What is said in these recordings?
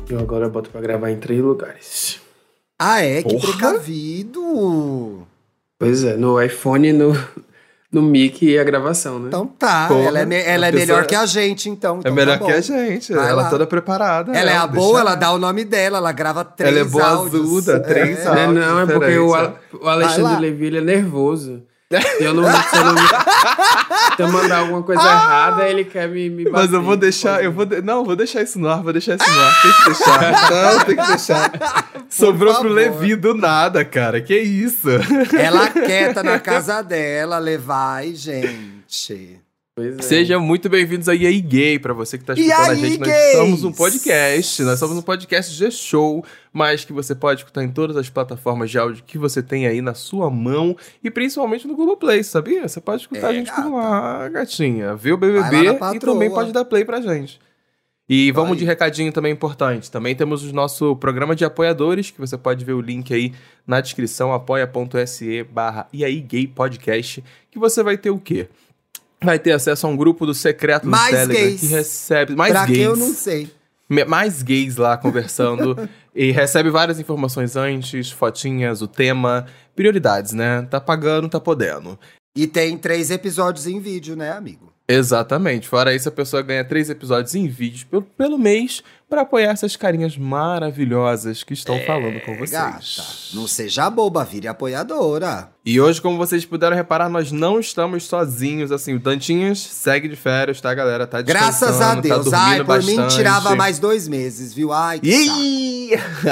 Eu agora boto pra gravar em 3 lugares. Ah, é? Que Porra. precavido! Pois é, no iPhone, no Mic e a gravação, né? Então tá, Porra, ela é, ela é a pessoa melhor que a gente, então. É Então melhor tá que bom. a gente. Vai Ela lá. toda preparada. Ela é a deixa boa, ela dá o nome dela, ela grava 3 Ela é boa áudios. azuda, 3 Não, áudios. não, é porque o diferentes, o Alexandre Vai lá. Levi, ele é nervoso. Se eu se eu mandar alguma coisa errada, ele quer me bater. Mas eu vou deixar, não, vou deixar isso no ar, Tem que deixar. Não, tem que deixar. Sobrou pro favor. Levi do nada, cara. Que isso? Ela quieta na casa dela, vai, gente. Pois é. Sejam muito bem-vindos aí aí Gay, pra você que tá E escutando a aí, gente. Nós gays? somos um podcast, nós somos um podcast G-Show, mas que você pode escutar em todas as plataformas de áudio que você tem aí na sua mão e principalmente no Google Play, sabia? Você pode escutar a gente por lá, gatinha. Vê o Vai BBB lá na e patroa. também pode dar play pra gente. E vamos Aí. de recadinho também importante. Também temos o nosso programa de apoiadores, que você pode ver o link aí na descrição, apoia.se/eaigaypodcast, que você vai ter o quê? Vai ter acesso a um grupo do secreto do Mais Telegram gays. que recebe mais Pra gays. que eu não sei. Mais gays lá conversando e recebe várias informações antes, fotinhas, o tema, prioridades, né? Tá pagando, tá podendo. E tem 3 episódios em vídeo, né, amigo? Exatamente. Fora isso, a pessoa ganha 3 episódios em vídeo pelo mês pra apoiar essas carinhas maravilhosas que estão falando com vocês. Gata, não seja boba, vire apoiadora. E hoje, como vocês puderam reparar, nós não estamos sozinhos, assim, o Dantinhas segue de férias, tá, galera? Tá descansando, Graças a Deus. tá dormindo Por mim, bastante. tirava mais 2 meses, viu? Ai, que saco. Ih!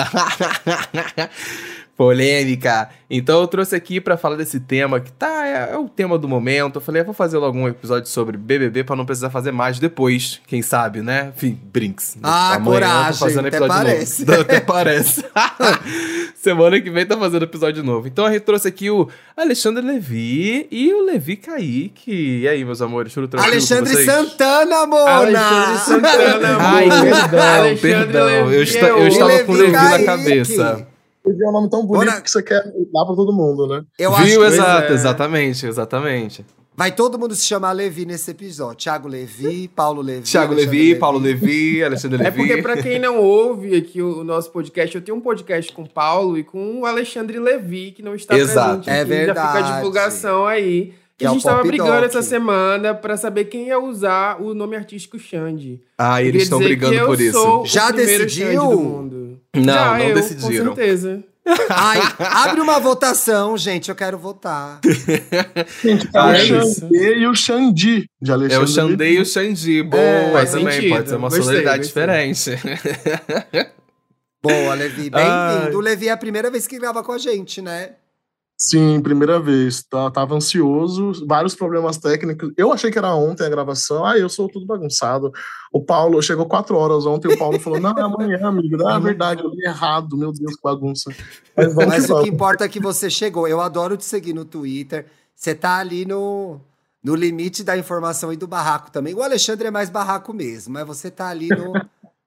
Polêmica. Então eu trouxe aqui pra falar desse tema que é o tema do momento. Eu falei, vou fazer logo um episódio sobre BBB pra não precisar fazer mais depois, quem sabe, né? Enfim, brinks. Ah, Amanhã eu tô coragem, fazendo até episódio parece. novo. Até parece. Semana que vem tá fazendo episódio novo. Então a gente trouxe aqui o Alexandre Levi e o Levi Kaique. E aí, meus amores, tudo tranquilo com Alexandre vocês? Santana, Mona! Alexandre Santana, Ai, amor. perdão. Alexandre Levi Eu é estava Levi com o Levi na Kaique. cabeça. Levi é um nome tão bonito Ora- que você quer dar pra todo mundo, né? Eu acho Viu? que Exato, é. exatamente. vai todo mundo se chamar Levi nesse episódio. Thiago Levi, Paulo Levi. Thiago Alexandre Levi, Paulo Levi, Alexandre É Levi. porque, pra quem não ouve aqui o nosso podcast, eu tenho um podcast com o Paulo e com o Alexandre Levi, que não está Exato. presente É aqui. Já fica verdade. a divulgação aí. Que E é a o gente tava Pop brigando Doc. essa semana pra saber quem ia usar o nome artístico Xande. Ah, Eu eles queria estão dizer brigando que eu por isso. sou o Já primeiro decidiu? Xande do mundo. Não, Já, não eu, decidiram. Com certeza. Ai, abre uma votação, gente. Eu quero votar. Gente, é Ah, o é Xandê e o Xandi de É Alexandre. o Xandê e o Xandi. Boa faz também, sentido. pode ser uma Gostei, sonoridade gostei. diferente. Boa, Levi. Ai. Bem-vindo. O Levi é a primeira vez que grava com a gente, né? Sim, primeira vez. Tava ansioso, vários problemas técnicos. Eu achei que era ontem a gravação. Eu sou tudo bagunçado. O Paulo chegou 4 horas ontem. O Paulo falou: não, é amanhã, amigo. Não, é verdade, eu li errado. Meu Deus, que bagunça. Mas vamos Mas que o que vamos. importa é que você chegou. Eu adoro te seguir no Twitter. Você tá ali no limite da informação e do barraco também. O Alexandre é mais barraco mesmo, mas você tá ali no.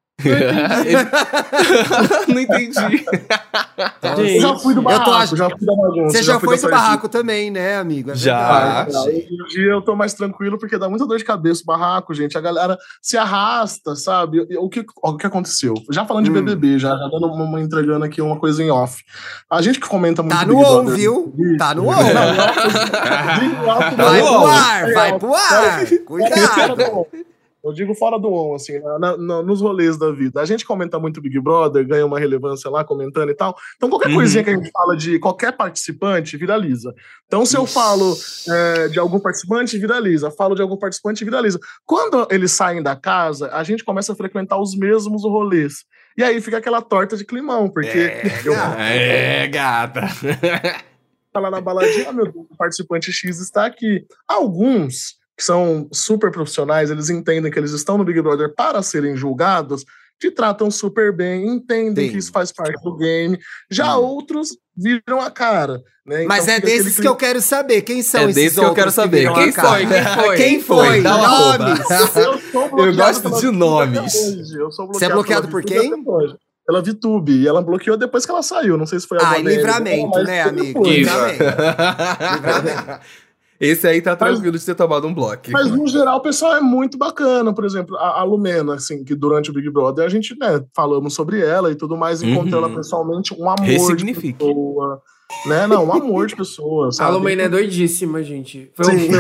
Não entendi. Eu já fui do barraco, já fui da bagunça. Você já fui foi da do sarjeta. barraco também, né, amigo? É Já. verdade. Hoje em dia eu tô mais tranquilo porque dá muita dor de cabeça o barraco, gente. A galera se arrasta, sabe? O que aconteceu? Já falando de BBB, já dando entregando aqui uma coisa em off. A gente que comenta muito Tá Big no on, Brother, viu? Tá no on. Não, Vai no pro on. ar, vai pro ar. Cuidado. Eu digo fora do on, assim, nos rolês da vida. A gente comenta muito Big Brother, ganha uma relevância lá comentando e tal. Então, qualquer coisinha que a gente fala de qualquer participante, viraliza. Então, se eu falo de algum participante, viraliza. Falo de algum participante, viraliza. Quando eles saem da casa, a gente começa a frequentar os mesmos rolês. E aí fica aquela torta de climão, porque Gata. tá lá na baladinha, meu Deus, o participante X está aqui. Alguns que são super profissionais, eles entendem que eles estão no Big Brother para serem julgados, te tratam super bem, entendem Sim. que isso faz parte do game. Já outros viram a cara, né? Mas Então é fica desses aquele que eu quero saber. Quem são É esses desse que eu outros quero saber. viram Quem a cara? foi? Quem foi? Quem foi? Dá uma arroba. Nomes. Eu sou bloqueado Eu gosto pela de VTube nomes. até hoje. Eu sou Você é bloqueado por pela quem? VTube até hoje. Pela VTube. E ela bloqueou depois que ela saiu. Não sei se foi a Ai, Dona Amy, livramento, mas né, foi amigo? depois. Livramento. Livramento. Esse aí tá tranquilo de ter tomado um bloco. Mas, no geral, o pessoal é muito bacana. Por exemplo, a Lumena, assim, que durante o Big Brother a gente, né, falamos sobre ela e tudo mais, encontrei ela pessoalmente, um amor de pessoa. Né? Não, um amor de pessoa, sabe? A Lumena é doidíssima, gente.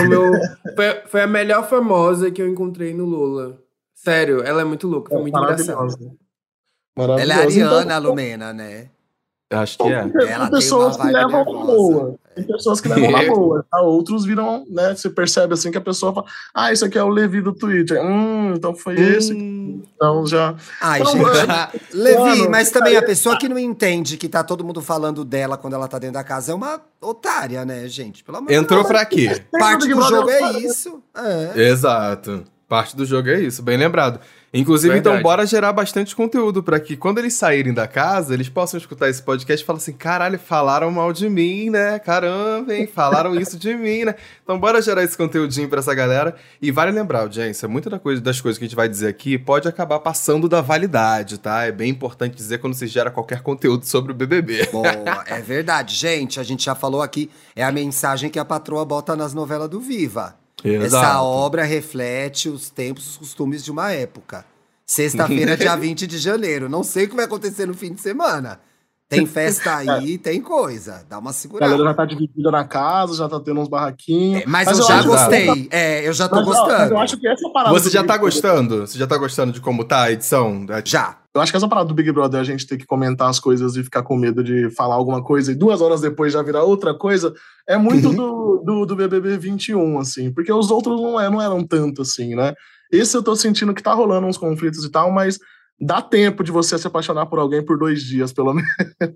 Foi a melhor famosa que eu encontrei no Lola. Sério, ela é muito louca, foi muito engraçada. Ela é a Ariana, a Lumena, né? Acho que é. Tem pessoas que levam na boa. Tem pessoas que levam na boa. Tá? Outros viram, né? Você percebe assim que a pessoa fala: isso aqui é o Levi do Twitter. Então foi esse. Então já. Ai, então, gente. Levi, mas também a pessoa que não entende que tá todo mundo falando dela quando ela tá dentro da casa é uma otária, né, gente? Pelo amor Entrou de Deus. pra quê? Parte do jogo é isso. Exato. Parte do jogo é isso, bem lembrado. Inclusive, Então, bora gerar bastante conteúdo pra que quando eles saírem da casa, eles possam escutar esse podcast e falar assim, caralho, falaram mal de mim, né? Caramba, hein? Falaram isso de mim, né? Então, bora gerar esse conteúdinho pra essa galera. E vale lembrar, audiência, muita das coisas que a gente vai dizer aqui pode acabar passando da validade, tá? É bem importante dizer quando se gera qualquer conteúdo sobre o BBB. Boa, é verdade. Gente, a gente já falou aqui, é a mensagem que a patroa bota nas novelas do Viva. Exato. Essa obra reflete os tempos, os costumes de uma época. Sexta-feira, dia 20 de janeiro. Não sei o que vai acontecer no fim de semana. Tem festa aí, tem coisa. Dá uma segurada. A galera já tá dividida na casa, já tá tendo uns barraquinhos. Mas eu já gostei. Eu já tô gostando. Eu acho que essa parada. Você já tá gostando? Você já tá gostando de como tá a edição? Já. Eu acho que essa parada do Big Brother, a gente ter que comentar as coisas e ficar com medo de falar alguma coisa e 2 horas depois já virar outra coisa, é muito do BBB 21, assim. Porque os outros não eram tanto assim, né? Esse eu tô sentindo que tá rolando uns conflitos e tal, mas dá tempo de você se apaixonar por alguém por 2 dias, pelo menos.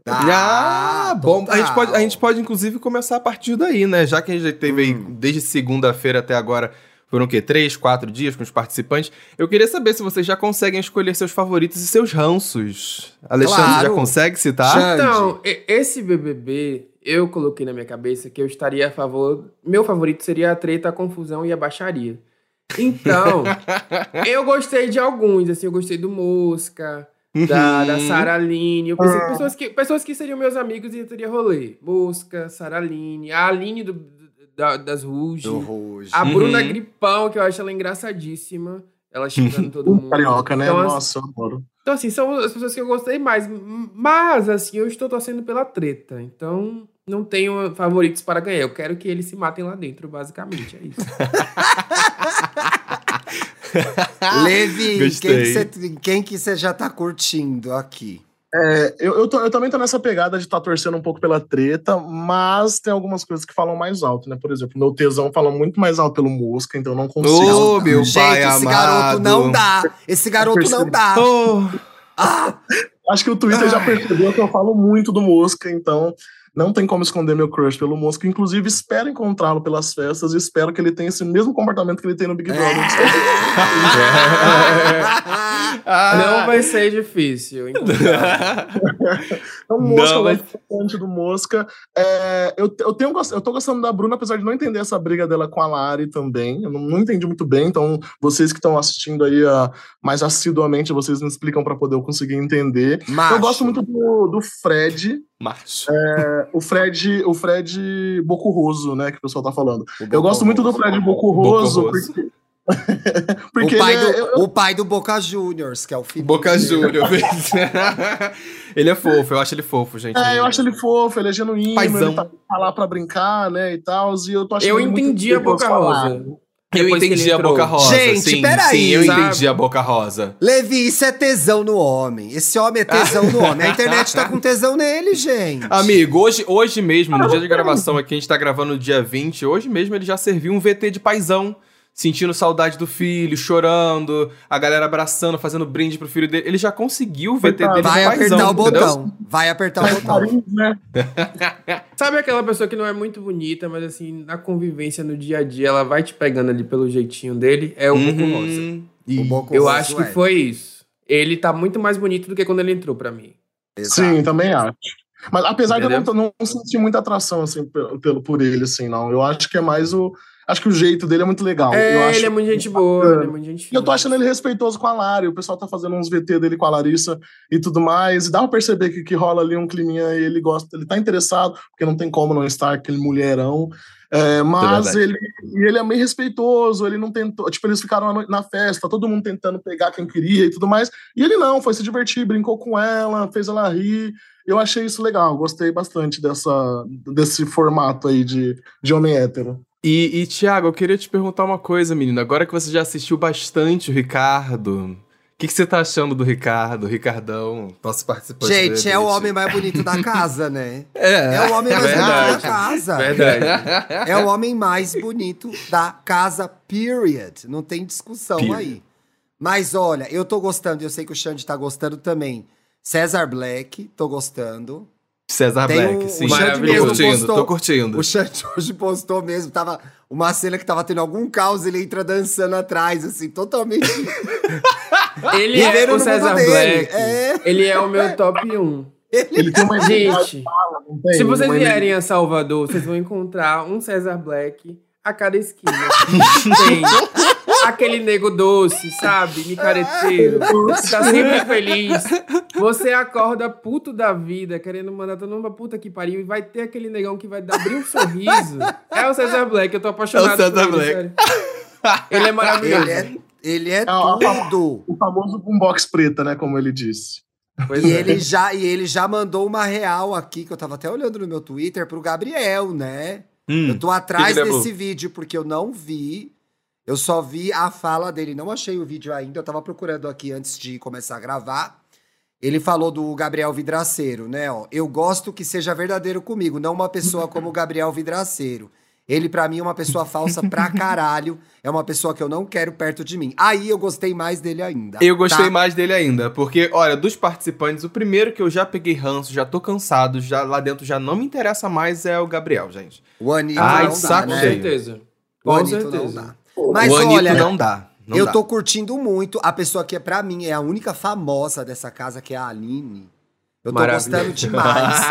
Bom. A gente pode, inclusive, começar a partir daí, né? Já que a gente já teve aí, desde segunda-feira até agora, foram o quê? 3, 4 dias com os participantes. Eu queria saber se vocês já conseguem escolher seus favoritos e seus ranços. Alexandre, já consegue citar? Então, esse BBB, eu coloquei na minha cabeça que eu estaria a favor... Meu favorito seria a treta, a confusão e a baixaria. Então, eu gostei de alguns, assim, eu gostei do Mosca, da Sara Aline. Eu pensei que pessoas que seriam meus amigos e eu teria rolê. Mosca, Sara Aline, a Aline das Ruge, a Bruna Gripão, que eu acho ela engraçadíssima. Ela xingando todo mundo. Carioca, né? Então, nossa, eu adoro. Então, assim, são as pessoas que eu gostei mais. Mas, assim, eu estou torcendo pela treta. Então, não tenho favoritos para ganhar. Eu quero que eles se matem lá dentro, basicamente. É isso. Levi, quem que você já tá curtindo aqui? Eu também tô nessa pegada de estar torcendo um pouco pela treta, mas tem algumas coisas que falam mais alto, né? Por exemplo, meu tesão fala muito mais alto pelo Mosca, então eu não consigo. Meu pai esse amado. Garoto não dá. Esse garoto não dá. Acho que o Twitter já percebeu que eu falo muito do Mosca, então não tem como esconder meu crush pelo Mosca. Inclusive, espero encontrá-lo pelas festas e espero que ele tenha esse mesmo comportamento que ele tem no Big Brother. Não vai ser difícil. Então, Mosca, eu gosto bastante do Mosca. Eu tô gostando da Bruna, apesar de não entender essa briga dela com a Lari também. Eu não entendi muito bem, então vocês que estão assistindo aí mais assiduamente, vocês me explicam pra poder eu conseguir entender. Eu gosto muito do Fred. O Fred Bocurroso, né, que o pessoal tá falando. Eu gosto muito do Fred Bocurroso, porque o pai do Boca Juniors, que é o filho Boca Juniors. Ele é fofo, eu acho ele fofo, gente. Eu acho ele fofo, ele é genuíno, Paizão. ele tá lá pra brincar, né, e tal, e eu tô achando ele entendi muito a Boca Rosa. Eu entendi a Boca Rosa. Gente, peraí. Sim, eu entendi a Boca Rosa. Levi, isso é tesão no homem. Esse homem é tesão no homem. A internet tá com tesão nele, gente. Amigo, hoje mesmo, no dia de gravação aqui, a gente tá gravando no dia 20, hoje mesmo ele já serviu um VT de paizão. Sentindo saudade do filho, chorando, a galera abraçando, fazendo brinde pro filho dele. Ele já conseguiu o VT dele. Vai paizão, apertar o botão. Entendeu? Vai apertar o botão. Sabe aquela pessoa que não é muito bonita, mas assim, na convivência, no dia a dia, ela vai te pegando ali pelo jeitinho dele? É o Boco Rosa. O Boco Eu Rosa acho que foi isso. Ele tá muito mais bonito do que quando ele entrou pra mim. Exato. Sim, também acho. Mas apesar de eu não sentir muita atração assim, por ele, assim, não. Eu acho que é mais o... Acho que o jeito dele é muito legal. Ele é muito gente boa, ele é muito gente fina. Eu tô achando ele respeitoso com a Lari. O pessoal tá fazendo uns VT dele com a Larissa e tudo mais. E dá pra perceber que rola ali um climinha e ele gosta, ele tá interessado, porque não tem como não estar aquele mulherão. Mas ele é meio respeitoso, ele não tentou. Tipo, eles ficaram na festa, todo mundo tentando pegar quem queria e tudo mais. E ele não, foi se divertir, brincou com ela, fez ela rir. Eu achei isso legal, gostei bastante desse formato aí de homem hétero. E Thiago, eu queria te perguntar uma coisa, menino. Agora que você já assistiu bastante o Ricardo, o que você tá achando do Ricardo, Ricardão? Posso participar? Gente, é o homem mais bonito da casa, né? É o homem mais bonito da casa. Verdade. É o homem mais bonito da casa, period. Não tem discussão aí. Mas olha, eu tô gostando, eu sei que o Xande tá gostando também. César Black, tô gostando. César Black, sim. O Xande mesmo tô curtindo. O Xande hoje postou mesmo, tava uma cena que tava tendo algum caos, ele entra dançando atrás, assim, totalmente... Ele é o César Black. Ele é o meu top 1. Ele tem uma gente, se vocês vierem a Salvador, vocês vão encontrar um César Black a cada esquina. Tem aquele nego doce, sabe? Micareteiro. Tá sempre feliz. Você acorda puto da vida, querendo mandar todo mundo pra puta que pariu, e vai ter aquele negão que vai abrir um sorriso. É o César Black, eu tô apaixonado por ele, Black. Sério. Ele é maravilhoso. Ele é tudo. O famoso boombox preta, né? Como ele disse. Ele já mandou uma real aqui, que eu tava até olhando no meu Twitter, pro Gabriel, né? Eu tô atrás desse vídeo, porque eu não vi. Eu só vi a fala dele. Não achei o vídeo ainda. Eu tava procurando aqui antes de começar a gravar. Ele falou do Gabriel Vidraceiro, né? Ó, eu gosto que seja verdadeiro comigo, não uma pessoa como o Gabriel Vidraceiro. Ele, pra mim, é uma pessoa falsa pra caralho. É uma pessoa que eu não quero perto de mim. Aí eu gostei mais dele ainda. Eu gostei mais dele ainda. Porque, olha, dos participantes, o primeiro que eu já peguei ranço, já tô cansado, já lá dentro já não me interessa mais é o Gabriel, gente. O Anitta não dá, saco né? Com certeza. O Anitta não dá. Mas o Anitta olha, não dá. Eu tô curtindo muito. A pessoa que, pra mim, é a única famosa dessa casa, que é a Aline. Eu tô gostando demais.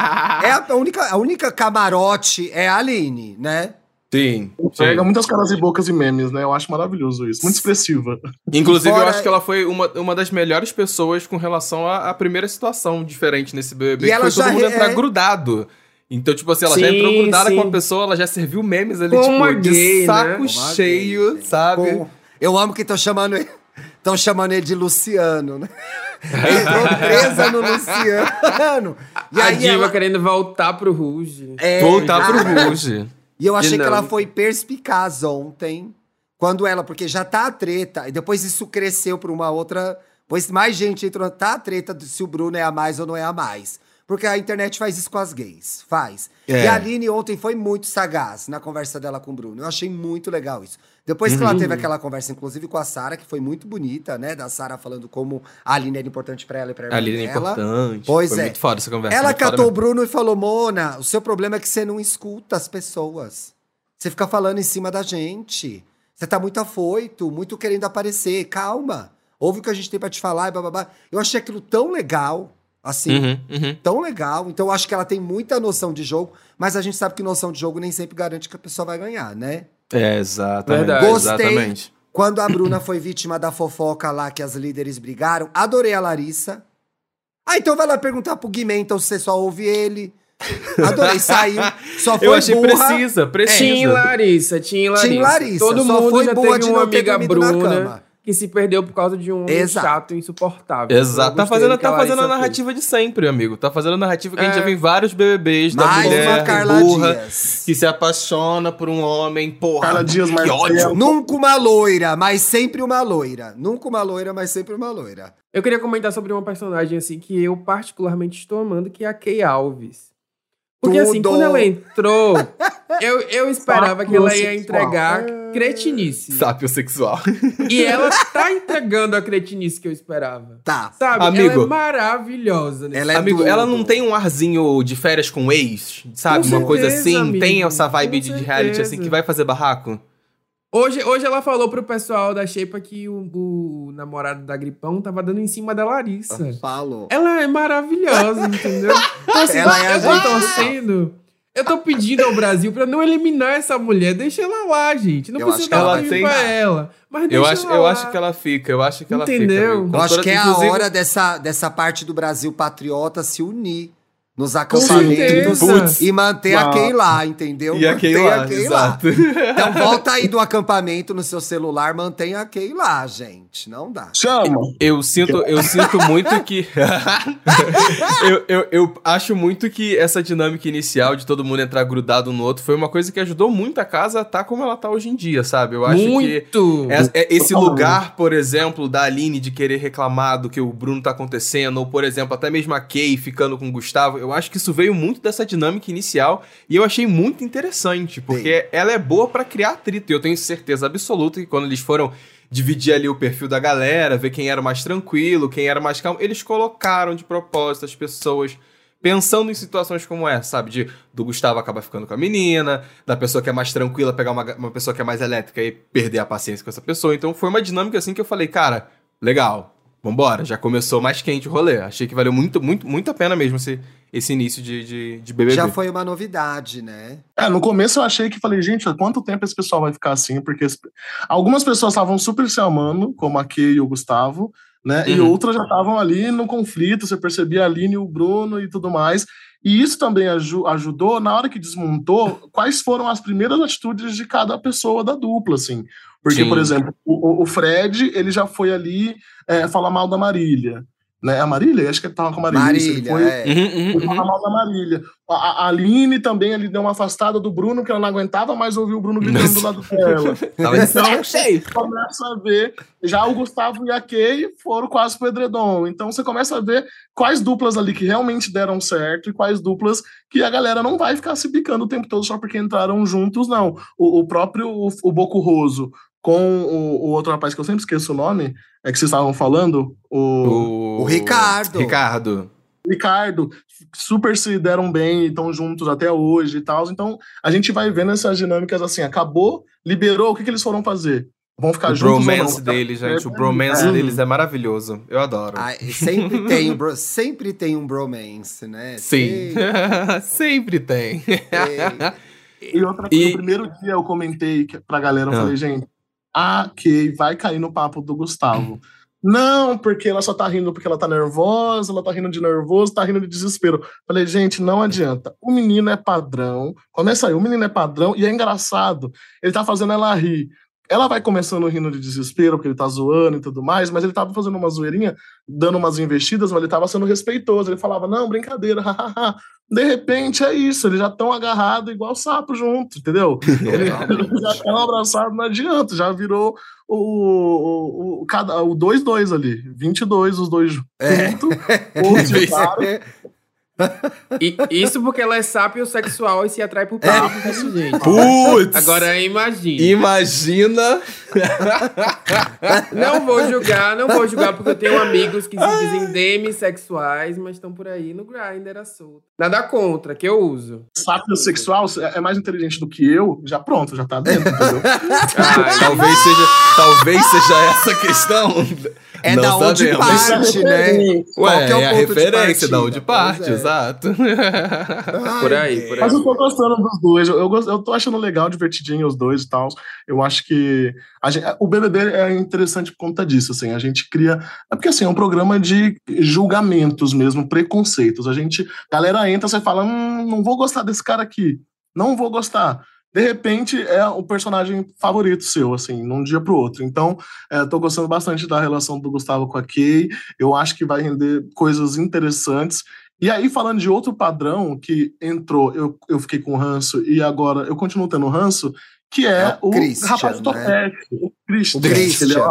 A única camarote é a Aline, né? Sim. Pega muitas caras e bocas e memes, né? Eu acho maravilhoso isso. Muito expressiva. Inclusive, eu acho que ela foi uma das melhores pessoas com relação à primeira situação diferente nesse BBB. E ela foi todo mundo entrar grudado. Então, tipo assim, ela já entrou grudada com a pessoa, ela já serviu memes ali, como de saco cheio, sabe? Eu amo que estão chamando ele de Luciano, né? Entrou presa no Luciano. E a diva querendo voltar pro Rouge. Voltar pro Rouge. E eu achei que ela foi perspicaz ontem, porque já tá a treta, e depois isso cresceu pra uma outra, pois mais gente entrou, tá a treta se o Bruno é a mais ou não é a mais. Porque a internet faz isso com as gays, faz. E a Aline ontem foi muito sagaz na conversa dela com o Bruno. Eu achei muito legal isso. Depois que ela teve aquela conversa, inclusive com a Sara, que foi muito bonita, né? Da Sara falando como a Aline era importante pra ela e pra irmã dela. A Aline é importante. Pois foi muito foda essa conversa. Ela catou o Bruno e falou, Mona, o seu problema é que você não escuta as pessoas. Você fica falando em cima da gente. Você tá muito afoito, muito querendo aparecer. Calma. Ouve o que a gente tem pra te falar e bababá. Eu achei aquilo tão legal. Assim, tão legal. Então eu acho que ela tem muita noção de jogo, mas a gente sabe que noção de jogo nem sempre garante que a pessoa vai ganhar, né? Exatamente. Verdade. Gostei exatamente. quando a Bruna foi vítima da fofoca lá que as líderes brigaram. Adorei a Larissa. Então vai lá perguntar pro Guimê, então você só ouve ele. Adorei, saiu. Só foi eu achei burra. precisa. Tinha Larissa. Só Todo mundo foi já boa teve de uma não ter amiga dormido na Bruna cama. que se perdeu por causa de um homem chato e insuportável. Exato. Tá fazendo a narrativa de sempre, amigo. Tá fazendo a narrativa que a gente já viu em vários BBBs da mulher burra que se apaixona por um homem, porra. Carla Dias, que ódio. Nunca uma loira, mas sempre uma loira. Nunca uma loira, mas sempre uma loira. Eu queria comentar sobre uma personagem assim que eu particularmente estou amando, que é a Kay Alves. Porque assim, quando ela entrou, eu esperava que ela ia entregar cretinice. Sápio sexual. E ela tá entregando a cretinice que eu esperava. Tá. Sabe? Amigo, ela é maravilhosa. Amigo, ela não tem um arzinho de férias com ex, sabe? Com uma coisa certeza, assim, amigo. tem essa vibe Com de certeza. reality assim que vai fazer barraco? Hoje ela falou pro pessoal da Xepa que o namorado da Gripão tava dando em cima da Larissa. Falou. Ela é maravilhosa, entendeu? Então, assim, Ela é eu tô torcendo. Eu tô pedindo ao Brasil pra não eliminar essa mulher. Deixa ela lá, gente. Não precisa dar prêmio pra ela. Mas deixa ela eu lá. acho que ela fica. Eu acho que ela Entendeu? fica. Eu acho que é a hora dessa parte do Brasil patriota se unir nos acampamentos e manter a Kay lá, entendeu? E a Kay lá, exato. Então volta aí do acampamento no seu celular, mantenha a Kay lá, gente. Não dá. Chama! Eu sinto muito que... eu acho muito que essa dinâmica inicial de todo mundo entrar grudado um no outro foi uma coisa que ajudou muito a casa a estar como ela tá hoje em dia, sabe? Eu acho que esse lugar, por exemplo, da Aline de querer reclamar do que o Bruno tá acontecendo, ou, por exemplo, até mesmo a Kay ficando com o Gustavo, eu acho que isso veio muito dessa dinâmica inicial e eu achei muito interessante, porque ela é boa pra criar atrito. E eu tenho certeza absoluta que quando eles foram dividir ali o perfil da galera, ver quem era mais tranquilo, quem era mais calmo, eles colocaram de propósito as pessoas pensando em situações como essa, sabe? Do Gustavo acabar ficando com a menina, da pessoa que é mais tranquila pegar uma pessoa que é mais elétrica e perder a paciência com essa pessoa. Então foi uma dinâmica assim que eu falei, cara, legal, vambora, já começou mais quente o rolê. Achei que valeu muito, muito, muito a pena mesmo esse início de BBB. Já foi uma novidade, né? No começo eu achei que falei, gente, há quanto tempo esse pessoal vai ficar assim? Porque algumas pessoas estavam super se amando, como a Kay e o Gustavo, né? E outras já estavam ali no conflito, você percebia a Aline e o Bruno e tudo mais. E isso também ajudou, na hora que desmontou, quais foram as primeiras atitudes de cada pessoa da dupla, assim. Porque, por exemplo, o Fred, ele já foi ali falar mal da Marília. Né? A Marília? Acho que ele tava com a Marília. Ele foi falar mal da Marília. A Aline também ele deu uma afastada do Bruno, que ela não aguentava mais ouvir o Bruno gritando do lado dela. Então, você começa a ver. Já o Gustavo e a Kay foram quase pro edredom. Então, você começa a ver quais duplas ali que realmente deram certo e quais duplas que a galera não vai ficar se bicando o tempo todo só porque entraram juntos, não. O próprio o Boco Roso com o outro rapaz que eu sempre esqueço o nome, que vocês estavam falando, o Ricardo, super se deram bem e estão juntos até hoje e tal. Então, a gente vai vendo essas dinâmicas assim, acabou, liberou, o que eles foram fazer? Vão ficar juntos ou não? O bromance deles, gente, o bromance deles é maravilhoso. Eu adoro. Sempre tem um bromance, né? Sim, sempre tem. E outra coisa, no primeiro dia eu comentei pra galera, eu falei, gente, a Kay vai cair no papo do Gustavo. Não, porque ela só tá rindo porque ela tá nervosa, ela tá rindo de nervoso, tá rindo de desespero. Falei, gente, não adianta. O menino é padrão. Começa aí, o menino é padrão e é engraçado. Ele tá fazendo ela rir. Ela vai começando rindo de desespero, porque ele tá zoando e tudo mais, mas ele tava fazendo uma zoeirinha, dando umas investidas, mas ele tava sendo respeitoso. Ele falava, não, brincadeira, hahaha. De repente é isso, eles já estão agarrados igual sapo junto, entendeu? Eles já estão abraçados, não adianta, já virou o 2-2 ali, 22 os dois juntos. Isso porque ela é sapiosexual e se atrai por papo, gente. Putz! Agora imagina. Imagina! Não vou julgar porque eu tenho amigos que se dizem demissexuais, mas estão por aí no Grindr à solta. Nada contra, que eu uso. Sapiosexual é mais inteligente do que eu, já pronto, já tá dentro, entendeu? Talvez seja essa a questão. É não da onde parte, né? É a referência da onde parte, exato. Por aí. Mas eu tô gostando dos dois. Eu tô achando legal, divertidinho os dois e tal. Eu acho que o BBB é interessante por conta disso, assim. A gente cria... É porque, assim, é um programa de julgamentos mesmo, preconceitos. A galera entra, você fala, não vou gostar desse cara aqui. Não vou gostar. De repente, é o personagem favorito seu, assim, num dia pro outro. Então, tô gostando bastante da relação do Gustavo com a Kay. Eu acho que vai render coisas interessantes. E aí, falando de outro padrão que entrou, eu fiquei com ranço e agora eu continuo tendo ranço, que é o rapaz do Topete. O Christian.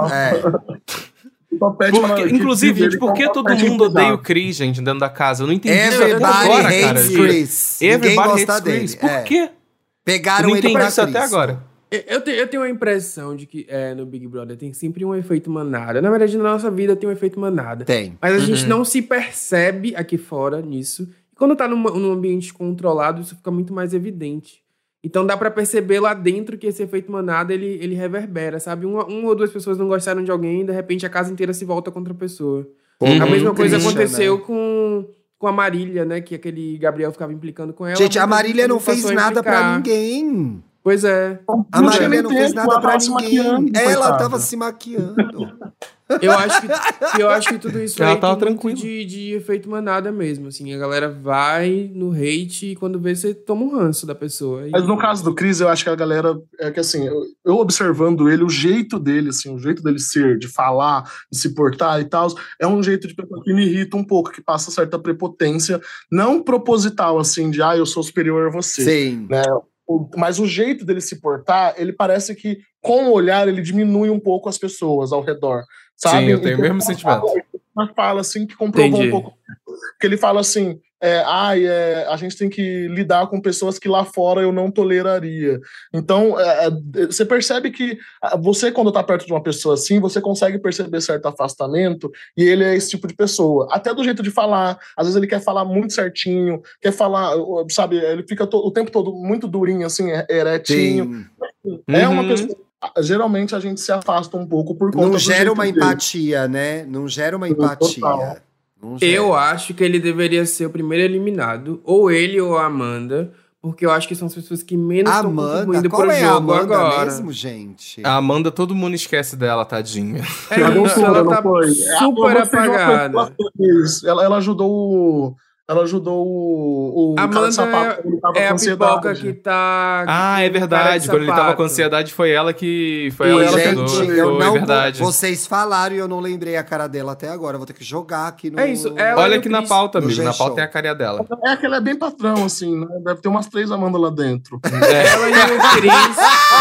Inclusive, gente, por que todo mundo odeia o Chris, gente, dentro da casa? Eu não entendi isso até agora, cara. Everybody hates Chris. Por quê? Pegaram ele pra isso até agora. Eu tenho a impressão de que no Big Brother tem sempre um efeito manada. Na verdade, na nossa vida tem um efeito manada. Tem. Mas a gente não se percebe aqui fora nisso. E quando tá num ambiente controlado, isso fica muito mais evidente. Então dá pra perceber lá dentro que esse efeito manada, ele reverbera, sabe? Uma ou duas pessoas não gostaram de alguém e de repente a casa inteira se volta contra a pessoa. A mesma coisa aconteceu com a Marília, né? Que aquele Gabriel ficava implicando com ela. Gente, a Marília não fez nada pra ninguém. Pois é. A Marília não fez nada pra ninguém. Ela tava se maquiando. Eu acho que tudo isso ela aí tava tem muito tranquila. de efeito manada mesmo, assim. A galera vai no hate e quando vê, você toma um ranço da pessoa. Mas no caso do Chris, eu acho que a galera, é que assim, eu observando ele, o jeito dele, assim, o jeito dele ser, de falar, de se portar e tal, é um jeito de pessoa que me irrita um pouco, que passa certa prepotência, não proposital, assim, de, eu sou superior a você. Sim. Né? Mas o jeito dele se portar, ele parece que, com o olhar, ele diminui um pouco as pessoas ao redor, sabe? Sim, eu tenho o mesmo sentimento. Uma fala, assim, que comprovou Entendi. um pouco, que ele fala assim, a gente tem que lidar com pessoas que lá fora eu não toleraria. Então, você percebe que você, quando tá perto de uma pessoa assim, você consegue perceber certo afastamento, e ele é esse tipo de pessoa. Até do jeito de falar, às vezes ele quer falar muito certinho, quer falar, sabe, ele fica o tempo todo muito durinho, assim, eretinho. Sim. É uma pessoa... Geralmente a gente se afasta um pouco por conta Não do gera jeito uma dele. empatia, né? Não gera uma empatia. Total. Não gera. Eu acho que ele deveria ser o primeiro eliminado, ou ele ou a Amanda, porque eu acho que são as pessoas que menos estão Amanda? contribuindo Qual pro é a jogo Amanda agora. mesmo, gente? A Amanda, todo mundo esquece dela, tadinha. É A isso, doutora, ela não tá foi? super Ela fez uma coisa que apagada. ela ajudou o cara de Amanda sapato quando ele tava é com a pipoca ansiedade. que tá... Ah, é com cara de verdade. Quando ele tava com sapato. ansiedade, foi ela que Gente, ajudou. eu Foi não. verdade. Vocês falaram e eu não lembrei a cara dela até agora. Eu vou ter que jogar aqui no. É isso, ela Olha e o aqui na Chris. pauta, no amigo. Na G-Show. pauta tem a carinha dela. É que ela é bem patrão, assim, né? Deve ter umas 3 Amanda lá dentro. Ela e o Chris.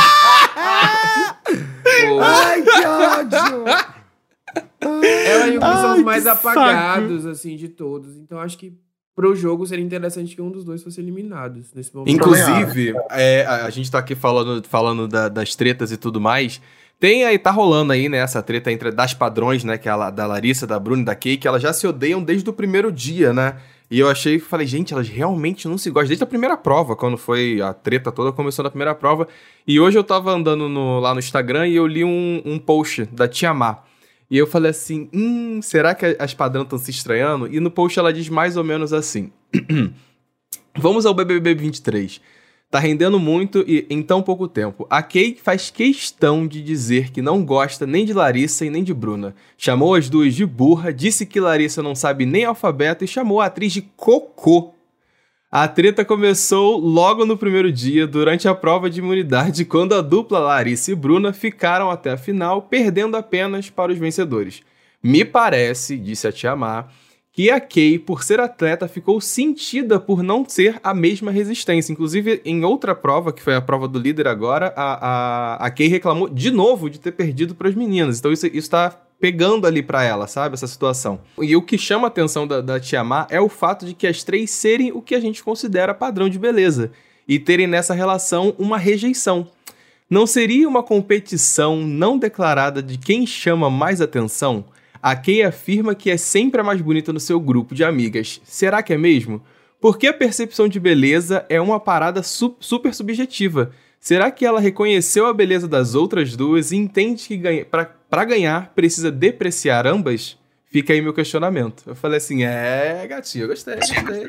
Pô, Ai, que ódio! ela e o Chris são os Ai, mais que apagados, assim, de todos. Então acho que pro jogo seria interessante que um dos dois fosse eliminado nesse momento. Inclusive, a gente tá aqui falando das tretas e tudo mais. Tá rolando aí, né, essa treta das padrões, né, que é da Larissa, da Bruna e da Kay, que elas já se odeiam desde o primeiro dia, né? E eu falei, gente, elas realmente não se gostam. Desde a primeira prova, quando foi a treta toda, começou na primeira prova. E hoje eu tava andando lá no Instagram e eu li um post da Tia Má. E eu falei assim, será que as padrões estão se estranhando? E no post ela diz mais ou menos assim. Vamos ao BBB 23. Tá rendendo muito e em tão pouco tempo. A Kay faz questão de dizer que não gosta nem de Larissa e nem de Bruna. Chamou as duas de burra, disse que Larissa não sabe nem alfabeto e chamou a atriz de cocô. A treta começou logo no primeiro dia, durante a prova de imunidade, quando a dupla Larissa e Bruna ficaram até a final, perdendo apenas para os vencedores. Me parece, disse a Tia Má, que a Kay, por ser atleta, ficou sentida por não ter a mesma resistência. Inclusive, em outra prova, que foi a prova do líder agora, a Kay reclamou de novo de ter perdido para as meninas. Então isso tá pegando ali pra ela, sabe? Essa situação. E o que chama a atenção da Tia Má é o fato de que as três serem o que a gente considera padrão de beleza. E terem nessa relação uma rejeição. Não seria uma competição não declarada de quem chama mais atenção? A Kay afirma que é sempre a mais bonita no seu grupo de amigas. Será que é mesmo? Porque a percepção de beleza é uma parada super subjetiva. Será que ela reconheceu a beleza das outras duas e entende que para ganhar precisa depreciar ambas? Fica aí meu questionamento. Eu falei assim, gatinho, eu gostei.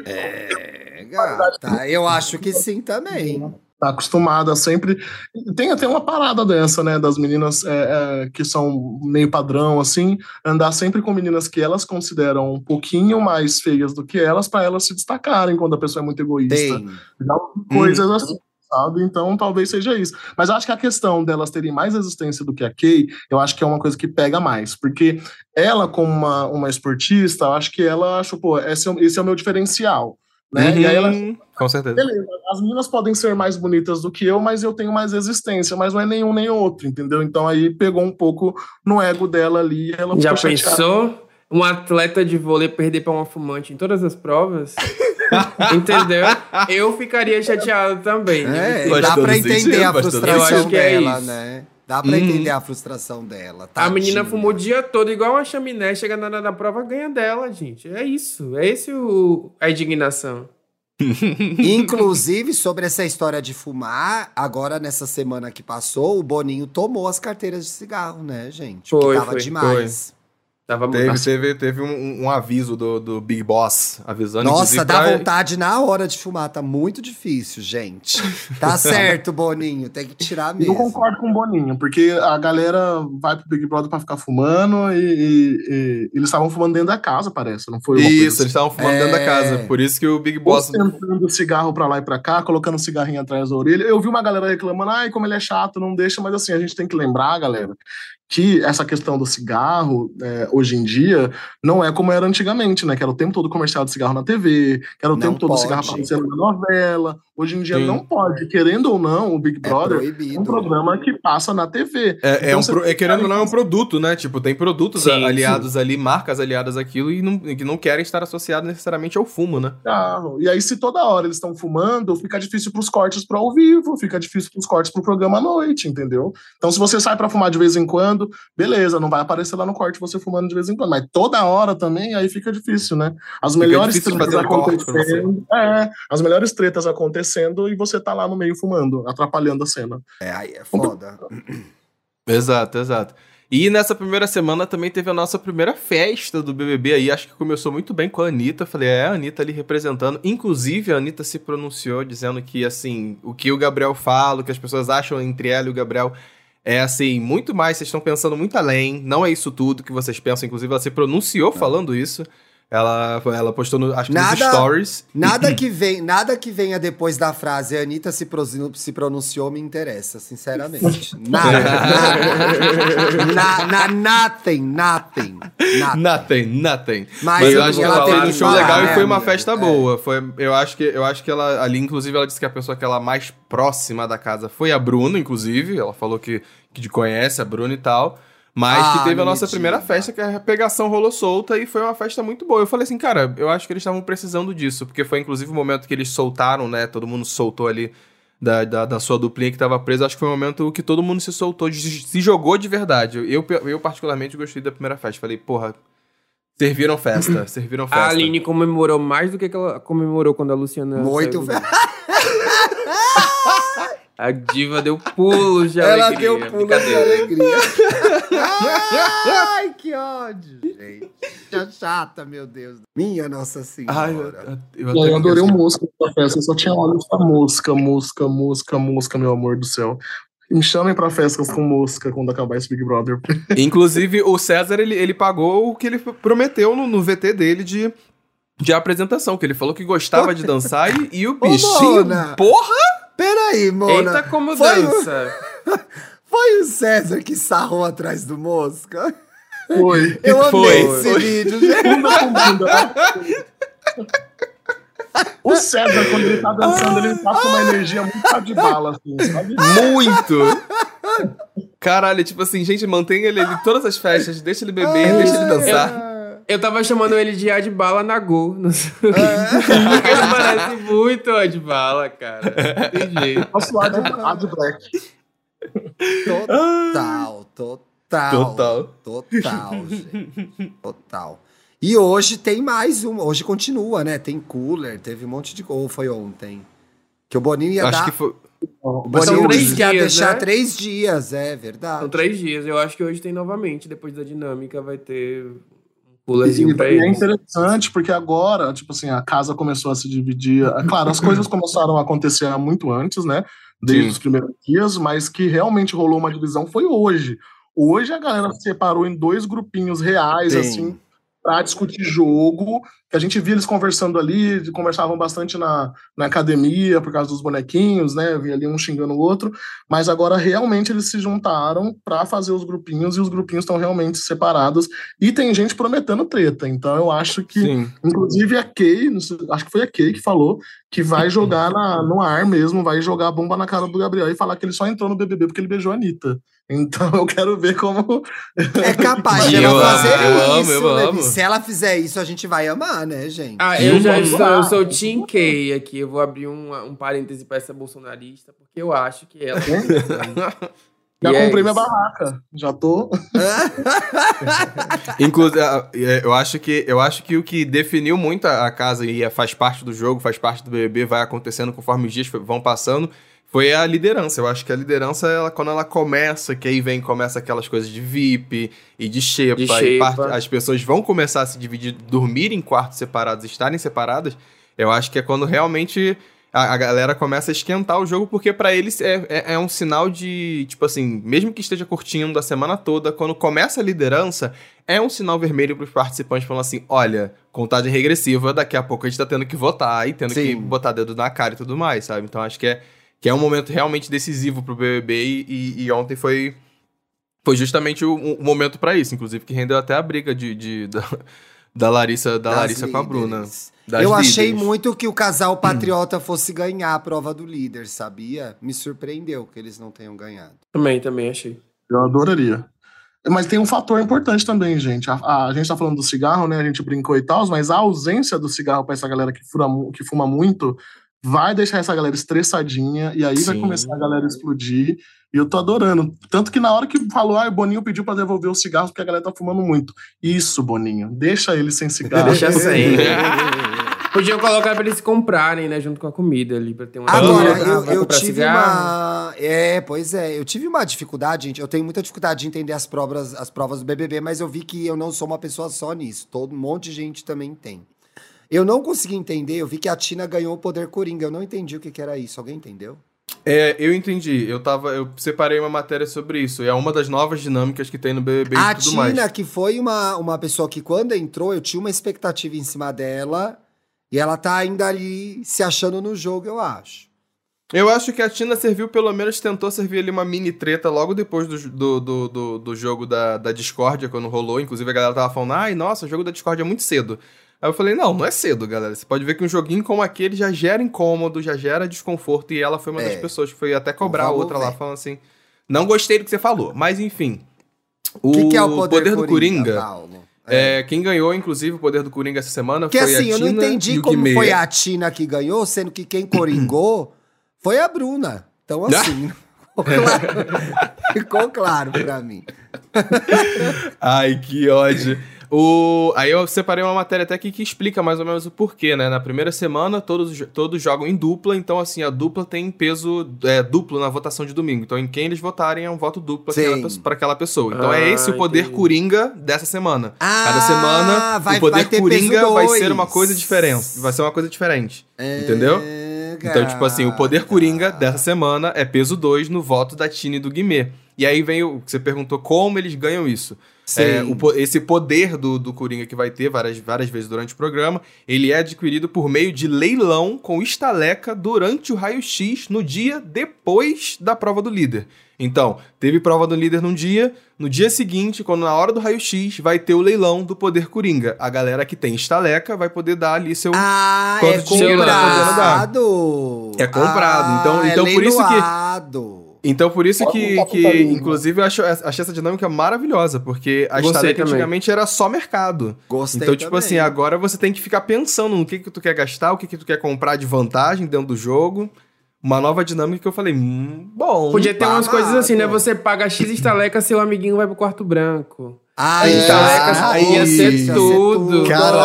Gata, eu acho que sim também. Tá acostumada sempre. Tem até uma parada dessa, né? Das meninas que são meio padrão, assim, andar sempre com meninas que elas consideram um pouquinho mais feias do que elas, pra elas se destacarem quando a pessoa é muito egoísta. Tem. Coisas assim, sabe? Então talvez seja isso. Mas eu acho que a questão delas terem mais resistência do que a Kay, eu acho que é uma coisa que pega mais. Porque ela, como uma esportista, eu acho que ela achou, pô, esse é o meu diferencial. Né? E aí ela, com certeza. Beleza, as meninas podem ser mais bonitas do que eu, mas eu tenho mais resistência, mas não é nenhum nem outro, entendeu? Então aí pegou um pouco no ego dela ali. Ela já ficou pensou? Um atleta de vôlei perder pra uma fumante em todas as provas? Entendeu? Eu ficaria chateado também. Dá pra entender a frustração dela, isso. né? Dá pra entender a frustração dela. Tadinha. A menina fumou o dia todo, igual uma chaminé, chega na prova, ganha dela, gente. É isso. É esse a indignação. Inclusive, sobre essa história de fumar, agora nessa semana que passou, o Boninho tomou as carteiras de cigarro, né, gente? Foi, que tava demais. Teve um aviso do Big Boss avisando. Nossa, dá vontade na hora de fumar. Tá muito difícil, gente. Tá certo, Boninho. Tem que tirar mesmo. Eu concordo com o Boninho, porque a galera vai pro Big Brother pra ficar fumando e eles estavam fumando dentro da casa, parece. Não foi? Isso, eles estavam fumando dentro da casa. Por isso que o Big Boss... Sentando cigarro pra lá e pra cá, colocando um cigarrinho atrás da orelha. Eu vi uma galera reclamando, ai, como ele é chato, não deixa. Mas assim, a gente tem que lembrar, galera, que essa questão do cigarro, hoje em dia, não é como era antigamente, né? Que era o tempo todo comercial de cigarro na TV, que era o tempo todo cigarro aparecendo na novela. Hoje em dia não pode. Querendo ou não, o Big Brother é um programa que passa na TV. Querendo ou não, é um produto, né? Tipo, tem produtos aliados ali, marcas aliadas àquilo e que não querem estar associados necessariamente ao fumo, né? E aí, se toda hora eles estão fumando, fica difícil pros cortes pro ao vivo, fica difícil pros cortes pro programa à noite, entendeu? Então, se você sai pra fumar de vez em quando, beleza, não vai aparecer lá no corte você fumando de vez em quando, mas toda hora também, aí fica difícil, né? As melhores tretas acontecendo, as melhores tretas acontecendo e você tá lá no meio fumando, atrapalhando a cena. Aí é foda. Exato. E nessa primeira semana também teve a nossa primeira festa do BBB aí, acho que começou muito bem com a Anitta, falei, a Anitta ali representando, inclusive a Anitta se pronunciou dizendo que, assim, o que o Gabriel fala, o que as pessoas acham entre ela e o Gabriel é, assim, muito mais, vocês estão pensando muito além, não é isso tudo que vocês pensam, inclusive ela se pronunciou falando isso, ela postou, acho que nos stories. Nada que venha depois da frase a Anitta se pronunciou me interessa, sinceramente. Nothing. Mas eu acho que ela teve um show legal e foi uma festa boa. Eu acho que ela ali, inclusive, ela disse que a pessoa que ela mais próxima da casa foi a Bruna, inclusive. Ela falou que conhece a Bruna e tal. Mas que teve a nossa primeira festa, que a pegação rolou solta e foi uma festa muito boa. Eu falei assim, cara, eu acho que eles estavam precisando disso, porque foi inclusive o momento que eles soltaram, né? Todo mundo soltou ali da sua duplinha que tava presa. Acho que foi o momento que todo mundo se soltou, se jogou de verdade. Eu particularmente gostei da primeira festa. Falei, porra, serviram festa. A Aline comemorou mais do que ela comemorou quando a Luciana... Muito, velho. A diva deu pulos de alegria. Ela deu pulos de alegria. Ai, que ódio, gente. Chata, meu Deus. Minha Nossa Senhora. Eu adorei o música da festa. Eu só tinha olhos pra música, meu amor do céu. Me chamem pra festas com música quando acabar esse Big Brother. Inclusive, o César, ele pagou o que ele prometeu no VT dele de apresentação, que ele falou que gostava de dançar e o bichinho... Porra! Peraí, Mona. Eita, como dança. Foi o César que sarrou atrás do Mosca? Foi. Eu amei esse vídeo, gente. O César, quando ele tá dançando, ele tá com uma energia muito de bala, assim, sabe? Muito! Caralho, tipo assim, gente, mantenha ele em todas as festas, deixa ele beber, deixa ele dançar. Eu tava chamando ele de Adbala Nagô. Porque ele parece muito Adbala, cara. Tem jeito. Nosso Ad Black. Total, gente. Total. E hoje tem mais um. Hoje continua, né? Tem cooler, teve um monte de... Ou foi ontem? Que o Boninho ia Acho dar... que foi... O Boninho disse que ia deixar, né? 3 dias, é verdade. São 3 dias. Eu acho que hoje tem novamente. Depois da dinâmica vai ter... E é interessante porque agora, tipo assim, a casa começou a se dividir. Claro, as coisas começaram a acontecer muito antes, né? Desde os primeiros dias, mas que realmente rolou uma divisão foi hoje. Hoje a galera se separou em 2 grupinhos reais, assim, pra discutir jogo. Que a gente via eles conversando ali, conversavam bastante na academia por causa dos bonequinhos, né? Eu via ali um xingando o outro. Mas agora realmente eles se juntaram pra fazer os grupinhos e os grupinhos estão realmente separados. E tem gente prometendo treta. Então eu acho que, inclusive a Kay, acho que foi a Kay que falou que vai jogar no ar mesmo, vai jogar a bomba na cara do Gabriel e falar que ele só entrou no BBB porque ele beijou a Anitta. Então eu quero ver como... É capaz de ela fazer isso. Eu amo. Se ela fizer isso, a gente vai amar, né, gente? Eu sou Team Kay aqui. Eu vou abrir um parêntese pra essa bolsonarista, porque eu acho que ela... Já comprei minha barraca. Já tô... Inclusive, eu acho que o que definiu muito a casa e faz parte do jogo, faz parte do BBB, vai acontecendo conforme os dias vão passando, foi a liderança. Eu acho que a liderança, quando ela começa, que aí começa aquelas coisas de VIP e de xepa, as pessoas vão começar a se dividir, dormir em quartos separados, estarem separadas, eu acho que é quando realmente a galera começa a esquentar o jogo, porque pra eles é um sinal de, tipo assim, mesmo que esteja curtindo a semana toda, quando começa a liderança, é um sinal vermelho pros participantes falando assim, olha, contagem regressiva, daqui a pouco a gente tá tendo que votar e tendo que botar dedo na cara e tudo mais, sabe? Então acho que é um momento realmente decisivo pro BBB e ontem foi justamente o momento pra isso, inclusive que rendeu até a briga da Larissa com a Bruna. Eu achei muito que o casal patriota fosse ganhar a prova do líder, sabia? Me surpreendeu que eles não tenham ganhado. Também achei. Eu adoraria. Mas tem um fator importante também, gente. A gente tá falando do cigarro, né? A gente brincou e tal, mas a ausência do cigarro pra essa galera que fuma muito vai deixar essa galera estressadinha e aí vai começar a galera a explodir. E eu tô adorando. Tanto que na hora que falou, o Boninho pediu pra devolver os cigarros porque a galera tá fumando muito. Isso, Boninho. Deixa eles sem cigarro. Deixa sem. Podiam colocar pra eles comprarem, né? Junto com a comida ali, pra ter uma... Agora, eu tive uma... Pois é. Eu tive uma dificuldade, gente. Eu tenho muita dificuldade de entender as provas do BBB, mas eu vi que eu não sou uma pessoa só nisso. Um monte de gente também tem. Eu não consegui entender. Eu vi que a Tina ganhou o poder Coringa. Eu não entendi o que era isso. Alguém entendeu? Eu entendi. Eu separei uma matéria sobre isso. É uma das novas dinâmicas que tem no BBB e tudo mais. A Tina, que foi uma pessoa que quando entrou, eu tinha uma expectativa em cima dela... E ela tá ainda ali se achando no jogo, eu acho. Eu acho que a Tina serviu, pelo menos tentou servir ali uma mini treta logo depois do jogo da discórdia, quando rolou. Inclusive a galera tava falando, ai, nossa, o jogo da discórdia é muito cedo. Aí eu falei, não é cedo, galera. Você pode ver que um joguinho como aquele já gera incômodo, já gera desconforto. E ela foi uma das pessoas que foi até cobrar a outra lá, falando assim, não gostei do que você falou. Mas enfim, o que é o poder do Coringa quem ganhou, inclusive, o poder do Coringa essa semana foi a Tina. Eu não entendi como Guimê. foi a Tina que ganhou, sendo que quem coringou foi a Bruna. Então, assim, ficou claro pra mim. Ai, que ódio. Aí eu separei uma matéria até aqui que explica mais ou menos o porquê, né? Na primeira semana, todos jogam em dupla, então, assim, a dupla tem peso duplo na votação de domingo. Então, em quem eles votarem é um voto duplo para aquela pessoa. Então, é esse o poder Coringa dessa semana. Cada semana, o poder Coringa vai ser uma coisa diferente. Vai ser uma coisa diferente. Entendeu? Então, tipo assim, o poder Coringa dessa semana é peso 2 no voto da Tina e do Guimê. E aí vem o que você perguntou, como eles ganham isso. Esse poder do Coringa que vai ter várias vezes durante o programa, ele é adquirido por meio de leilão com estaleca durante o raio-x no dia depois da prova do líder. Então, teve prova do líder num dia, no dia seguinte, quando na hora do raio-x, vai ter o leilão do poder Coringa. A galera que tem estaleca vai poder dar ali seu... é comprado! É comprado. Então por isso que... Então, por isso que inclusive, eu achei essa dinâmica maravilhosa, porque a estaleca antigamente era só mercado. Gostei Então, tipo assim, agora você tem que ficar pensando no que tu quer gastar, o que tu quer comprar de vantagem dentro do jogo. Uma nova dinâmica que eu falei, bom... Podia ter umas coisas assim, né? Você paga X estaleca, seu amiguinho vai pro quarto branco. Ia ser tudo.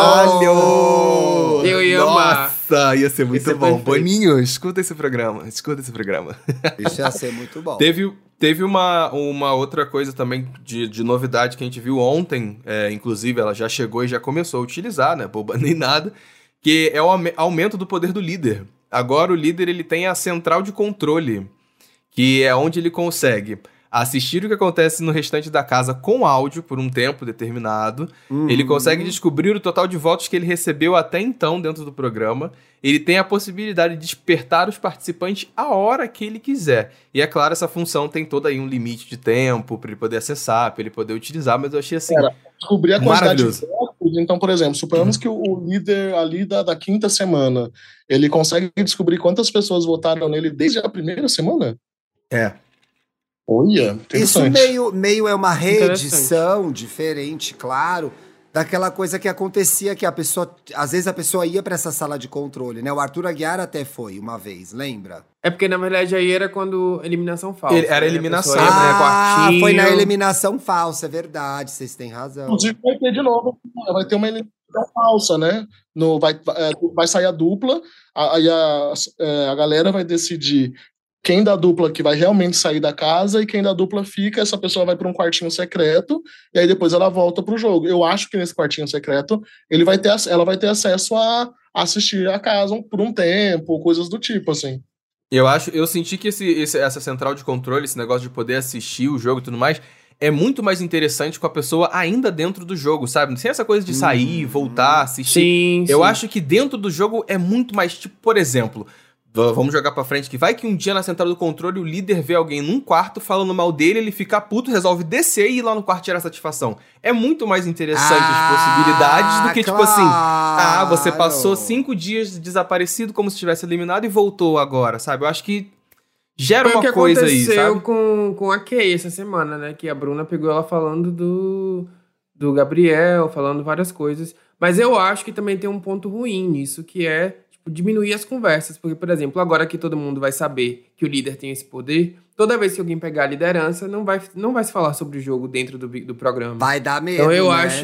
Caralho! Eu ia amar. Nossa, ia ser muito bom. Boninho, escuta esse programa. Isso ia ser muito bom. Teve uma outra coisa também de novidade que a gente viu ontem, inclusive ela já chegou e já começou a utilizar, né? Boba nem nada, que é o aumento do poder do líder. Agora o líder ele tem a central de controle, que é onde ele consegue assistir o que acontece no restante da casa com áudio por um tempo determinado. Ele consegue descobrir o total de votos que ele recebeu até então dentro do programa. Ele tem a possibilidade de despertar os participantes a hora que ele quiser. E é claro, essa função tem todo aí um limite de tempo para ele poder acessar, para ele poder utilizar, mas eu achei assim... descobrir a quantidade de votos. Então, por exemplo, suponhamos que o líder ali da quinta semana, ele consegue descobrir quantas pessoas votaram nele desde a primeira semana? Olha, isso meio é uma reedição diferente, claro, daquela coisa que acontecia que às vezes a pessoa ia pra essa sala de controle, né? O Arthur Aguiar até foi uma vez, lembra? É porque, na verdade, aí era quando eliminação falsa. Era eliminação, né? Foi na eliminação falsa, é verdade, vocês têm razão. Inclusive vai ter de novo, vai ter uma eliminação falsa, né? Vai sair a dupla, aí a galera vai decidir quem da dupla que vai realmente sair da casa e quem da dupla fica, essa pessoa vai para um quartinho secreto e aí depois ela volta pro jogo. Eu acho que nesse quartinho secreto ela vai ter acesso a assistir a casa por um tempo, coisas do tipo, assim. Eu senti que essa central de controle, esse negócio de poder assistir o jogo e tudo mais, é muito mais interessante com a pessoa ainda dentro do jogo, sabe? Sem essa coisa de sair, voltar, assistir. Sim, Eu acho que dentro do jogo é muito mais, tipo, por exemplo, vamos jogar pra frente, que vai que um dia na central do controle o líder vê alguém num quarto falando mal dele, ele fica puto, resolve descer e ir lá no quarto tirar satisfação. É muito mais interessante as possibilidades do que, tipo assim, você passou 5 dias desaparecido como se tivesse eliminado e voltou agora, sabe? Eu acho que gera uma coisa aí, sabe? Foi o que aconteceu com a Kay essa semana, né? Que a Bruna pegou ela falando do Gabriel, falando várias coisas. Mas eu acho que também tem um ponto ruim nisso, que é diminuir as conversas, porque, por exemplo, agora que todo mundo vai saber que o líder tem esse poder, toda vez que alguém pegar a liderança, não vai se falar sobre o jogo dentro do programa. Vai dar medo, então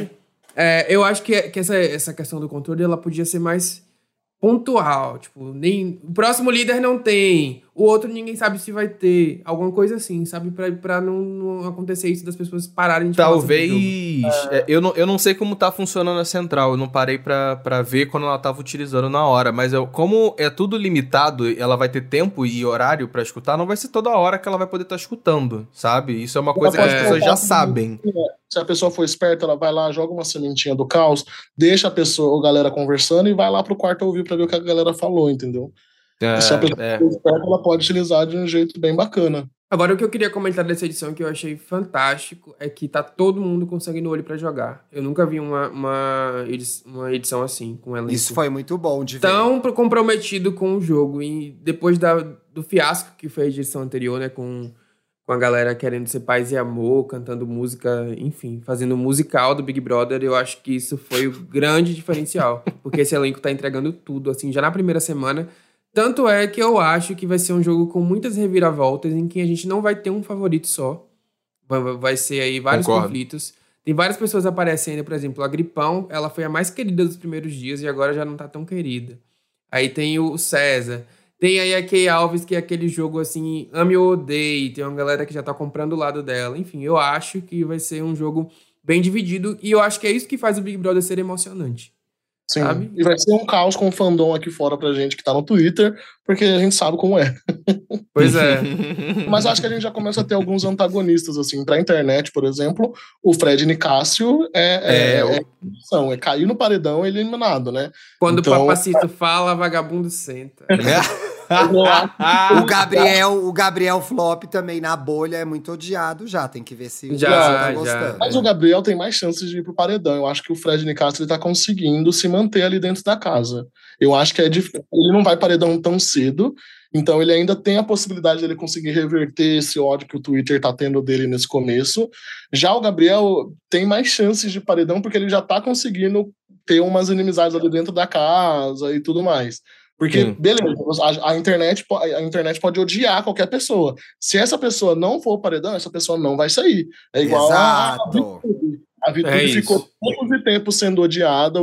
eu acho que essa questão do controle, ela podia ser mais pontual, tipo, nem o próximo líder não tem, o outro ninguém sabe se vai ter, alguma coisa assim, sabe, pra não acontecer isso das pessoas pararem de falar sobre o jogo. Eu não sei como tá funcionando a central, eu não parei pra ver quando ela tava utilizando na hora, mas como é tudo limitado, ela vai ter tempo e horário pra escutar, não vai ser toda hora que ela vai poder estar escutando, sabe? Isso é uma coisa que as pessoas já sabem. Se a pessoa for esperta, ela vai lá, joga uma sementinha do caos, deixa a galera conversando e vai lá pro quarto ouvir pra ver o que a galera falou, entendeu? Se a pessoa for esperta, ela pode utilizar de um jeito bem bacana. Agora, o que eu queria comentar dessa edição que eu achei fantástico é que tá todo mundo com sangue no olho pra jogar. Eu nunca vi uma edição assim, com ela. Isso foi muito bom de ver. Tão comprometido com o jogo. E depois do fiasco que foi a edição anterior, né, com a galera querendo ser paz e amor, cantando música, enfim, fazendo musical do Big Brother, eu acho que isso foi o grande diferencial. Porque esse elenco tá entregando tudo, assim, já na primeira semana. Tanto é que eu acho que vai ser um jogo com muitas reviravoltas, em que a gente não vai ter um favorito só. Vai ser aí vários conflitos. Tem várias pessoas aparecendo, por exemplo, a Gripão, ela foi a mais querida dos primeiros dias e agora já não tá tão querida. Aí tem o César. Tem aí a Kay Alves, que é aquele jogo assim, ame ou odeie. Tem uma galera que já tá comprando o lado dela. Enfim, eu acho que vai ser um jogo bem dividido. E eu acho que é isso que faz o Big Brother ser emocionante. Sim, sabe? E vai ser um caos com o fandom aqui fora pra gente que tá no Twitter, porque a gente sabe como é. Pois é. Mas acho que a gente já começa a ter alguns antagonistas, assim, pra internet, por exemplo, o Fred Nicásio caiu no paredão eliminado, né? Quando o Papacito fala, vagabundo senta. O Gabriel Flop também na bolha é muito odiado já. Tem que ver se tá gostando. Mas o Gabriel tem mais chances de ir pro paredão. Eu acho que o Fred Nicásio tá conseguindo se manter ali dentro da casa. Eu acho que é difícil. Ele não vai paredão tão cedo, então ele ainda tem a possibilidade de ele conseguir reverter esse ódio que o Twitter tá tendo dele nesse começo. Já o Gabriel tem mais chances de paredão porque ele já tá conseguindo ter umas inimizades ali dentro da casa e tudo mais. Porque, beleza, a internet pode odiar qualquer pessoa. Se essa pessoa não for paredão, essa pessoa não vai sair. É igual a VTube. A VTube ficou tempo sendo odiada,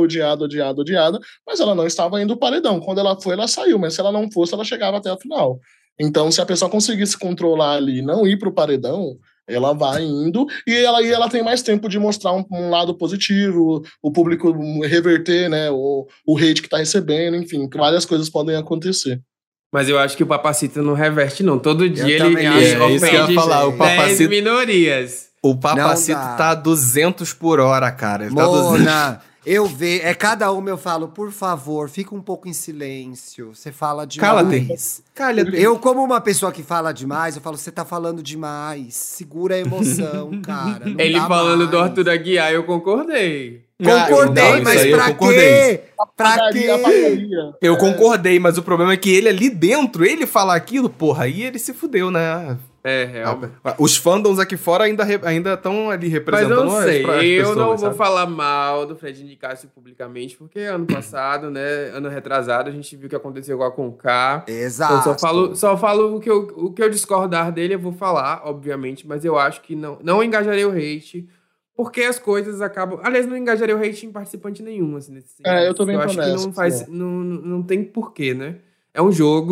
mas ela não estava indo paredão. Quando ela foi, ela saiu. Mas se ela não fosse, ela chegava até a final. Então, se a pessoa conseguisse controlar ali e não ir pro paredão, ela vai indo e ela tem mais tempo de mostrar um lado positivo, o público reverter, né, o hate que tá recebendo, enfim, várias coisas podem acontecer. Mas eu acho que o Papacito não reverte, não. Todo dia ele isso que eu ia falar, o Papacito, 10 minorias. O Papacito tá 200 por hora, cara. Ele Mona, cada uma eu falo, por favor, fica um pouco em silêncio. Você fala demais. Cala-te. Eu, como uma pessoa que fala demais, eu falo, você tá falando demais. Segura a emoção, cara. Ele falando do Arthur Aguiar, eu concordei. Concordei, mas pra quê? Pra quê? Eu concordei, mas o problema é que ele ali dentro, ele falar aquilo, porra, aí ele se fudeu, né? Realmente. Os fandoms aqui fora ainda estão ali representando. Mas eu não sei, eu não vou falar mal do Fred Nicásio publicamente, porque ano passado, né, ano retrasado, a gente viu o que aconteceu com a Conká. Exato. Então, só falo o que eu discordar dele, eu vou falar, obviamente, mas eu acho que não engajarei o hate, porque as coisas acabam... Aliás, não engajarei o hate em participante nenhum, assim, nesse sentido. Eu tô bem acho que não tem porquê, né? É um jogo...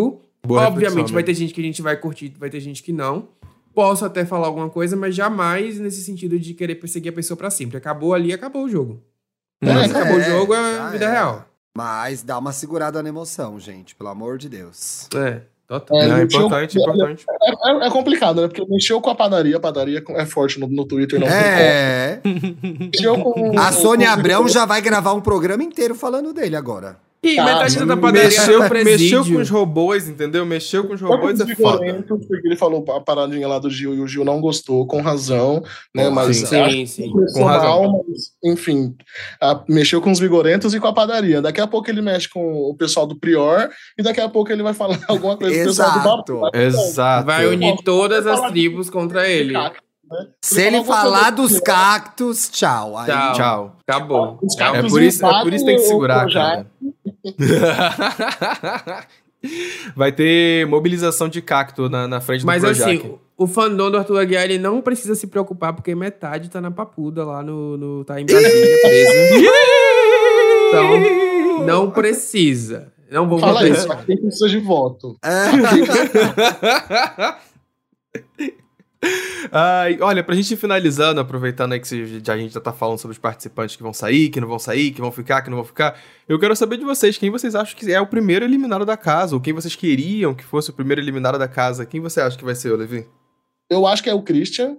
Boa Obviamente, reflexão, vai ter gente que a gente vai curtir, vai ter gente que não. Posso até falar alguma coisa, mas jamais nesse sentido de querer perseguir a pessoa pra sempre. Acabou ali, acabou o jogo. Mas Acabou o jogo, é já vida é. real. Mas dá uma segurada na emoção, gente. Pelo amor de Deus. Total. Não, mexeu- importante. É complicado, né? Porque mexeu com a padaria é forte no Twitter, não tem É. como. Mexeu com A Sônia Abrão já vai gravar um programa inteiro falando dele agora. E metade da Mexeu padaria tá no com presídio. os robôs, entendeu? Mexeu com os Foi com robôs os é foda. vigorentos, porque ele falou a paradinha lá do Gil e o Gil não gostou, com razão, né? Porra, Mas sim. acho que Sim. começou Com razão. mal, mas, enfim, mexeu com os vigorentos e com a padaria. Daqui a pouco ele mexe com o pessoal do Prior e daqui a pouco ele vai falar alguma coisa do pessoal do Exato. Babu. Exato. Vai unir todas as tribos contra ele. Se ele falar dos cactos, tchau. Aí, Tchau. Tchau. Acabou. Os É cactos por isso invadem que tem que o segurar, Projac. cara. Vai ter mobilização de cacto na frente Mas do Projac. assim, o fandom do Arthur Aguiar, ele não precisa se preocupar, porque metade tá na papuda lá tá em Brasília, presa. Então, não precisa. Não vou Fala votar isso, aqui quem precisa de voto. Ai, olha, pra gente ir finalizando, aproveitando aí que a gente já tá falando sobre os participantes que vão sair, que não vão sair, que vão ficar, que não vão ficar, eu quero saber de vocês, quem vocês acham que é o primeiro eliminado da casa, ou quem vocês queriam que fosse o primeiro eliminado da casa, quem você acha que vai ser, Levi? Eu acho que é o Christian.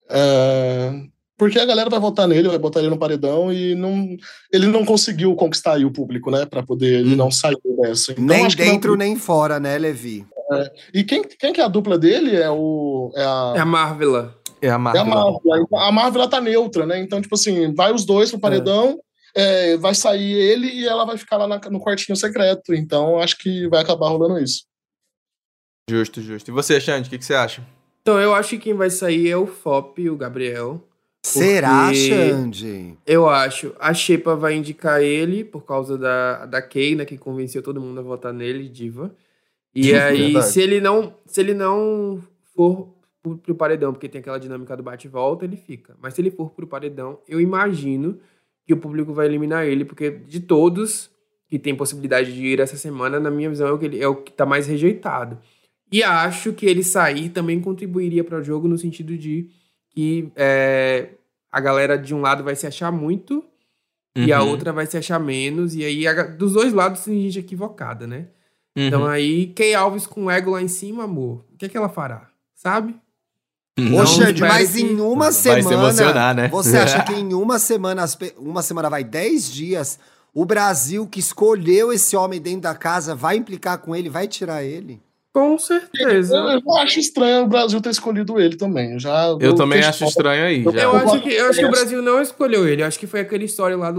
Porque a galera vai votar nele, vai botar ele no paredão e ele não conseguiu conquistar aí o público, né? Pra poder ele não sair dessa. Então, nem acho que dentro, nem fora, né, Levi? E quem que é a dupla dele? É a Marvela. É a É a Marvel. Marvel. Então, a Marvel ela tá neutra, né? Então, tipo assim, vai os dois pro paredão, vai sair ele e ela vai ficar lá no quartinho secreto. Então, acho que vai acabar rolando isso. Justo. E você, Xande, o que você acha? Então, eu acho que quem vai sair é o Fop, o Gabriel. Será, Xande? Eu acho. A Xepa vai indicar ele por causa da Kay, né? Que convenceu todo mundo a votar nele, diva. E aí, Verdade. se ele não for pro paredão, porque tem aquela dinâmica do bate e volta, ele fica. Mas se ele for pro paredão, eu imagino que o público vai eliminar ele, porque de todos que tem possibilidade de ir essa semana, na minha visão, é o que tá mais rejeitado. E acho que ele sair também contribuiria para o jogo no sentido de que a galera de um lado vai se achar muito e a outra vai se achar menos. E aí, dos dois lados tem gente equivocada, né? Então aí, Kay Alves com o ego lá em cima, amor, o que é que ela fará? Sabe? Ô, Xande, espero mas que- em uma Vai se semana. emocionar, né? Você acha que em uma semana vai 10 dias, o Brasil que escolheu esse homem dentro da casa vai implicar com ele, vai tirar ele? Com certeza. Eu acho estranho o Brasil ter escolhido ele também. Eu também acho estranho aí. Já. Eu acho que o Brasil não escolheu ele. Eu acho que foi aquela história lá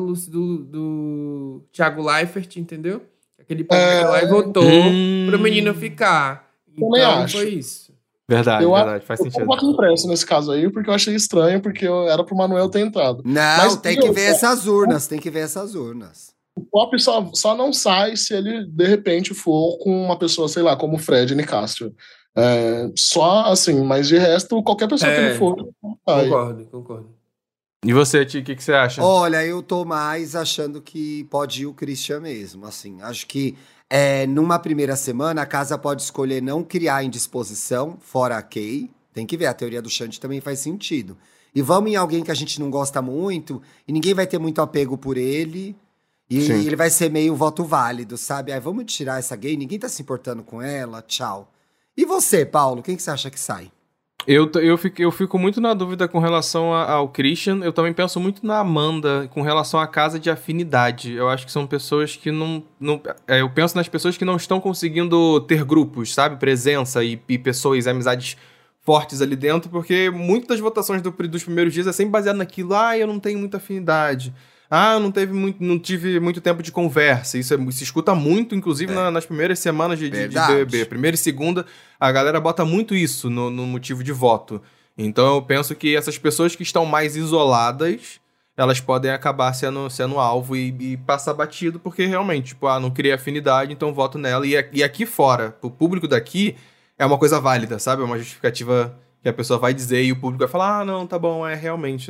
do Thiago Leifert, entendeu? Aquele povo que foi lá e votou pro menino ficar. Também Então acho. foi isso. Verdade, faz Eu sentido. voto impresso nesse caso aí, porque eu achei estranho, porque era pro Manuel ter entrado. Não, Mas tem que ver essas urnas, tem que ver essas urnas. O Pop só não sai se ele, de repente, for com uma pessoa, sei lá, como o Fred Nicastro. Só assim, mas de resto, qualquer pessoa que ele for, sai. Concordo. E você, Ti, o que você acha? Olha, eu tô mais achando que pode ir o Christian mesmo, assim. Acho que numa primeira semana a casa pode escolher não criar indisposição, fora a Kay. Tem que ver, a teoria do Xande também faz sentido. E vamos em alguém que a gente não gosta muito e ninguém vai ter muito apego por ele. E Sim. ele vai ser meio voto válido, sabe? Aí vamos tirar essa gay, ninguém tá se importando com ela, tchau. E você, Paulo, quem que você acha que sai? Eu fico muito na dúvida com relação ao Christian. Eu também penso muito na Amanda com relação à casa de afinidade. Eu acho que são pessoas que não eu penso nas pessoas que não estão conseguindo ter grupos, sabe? Presença e pessoas, amizades fortes ali dentro, porque muitas das votações dos primeiros dias é sempre baseado naquilo. Eu não tenho muita afinidade. Eu não tive muito tempo de conversa. Isso se escuta muito, inclusive nas primeiras semanas de BBB. Primeira e segunda, a galera bota muito isso no motivo de voto. Então eu penso que essas pessoas que estão mais isoladas, elas podem acabar sendo alvo e passar batido, porque realmente, tipo, não criei afinidade, então voto nela. E aqui fora, pro público daqui, é uma coisa válida, sabe? É uma justificativa que a pessoa vai dizer e o público vai falar, não, tá bom, realmente,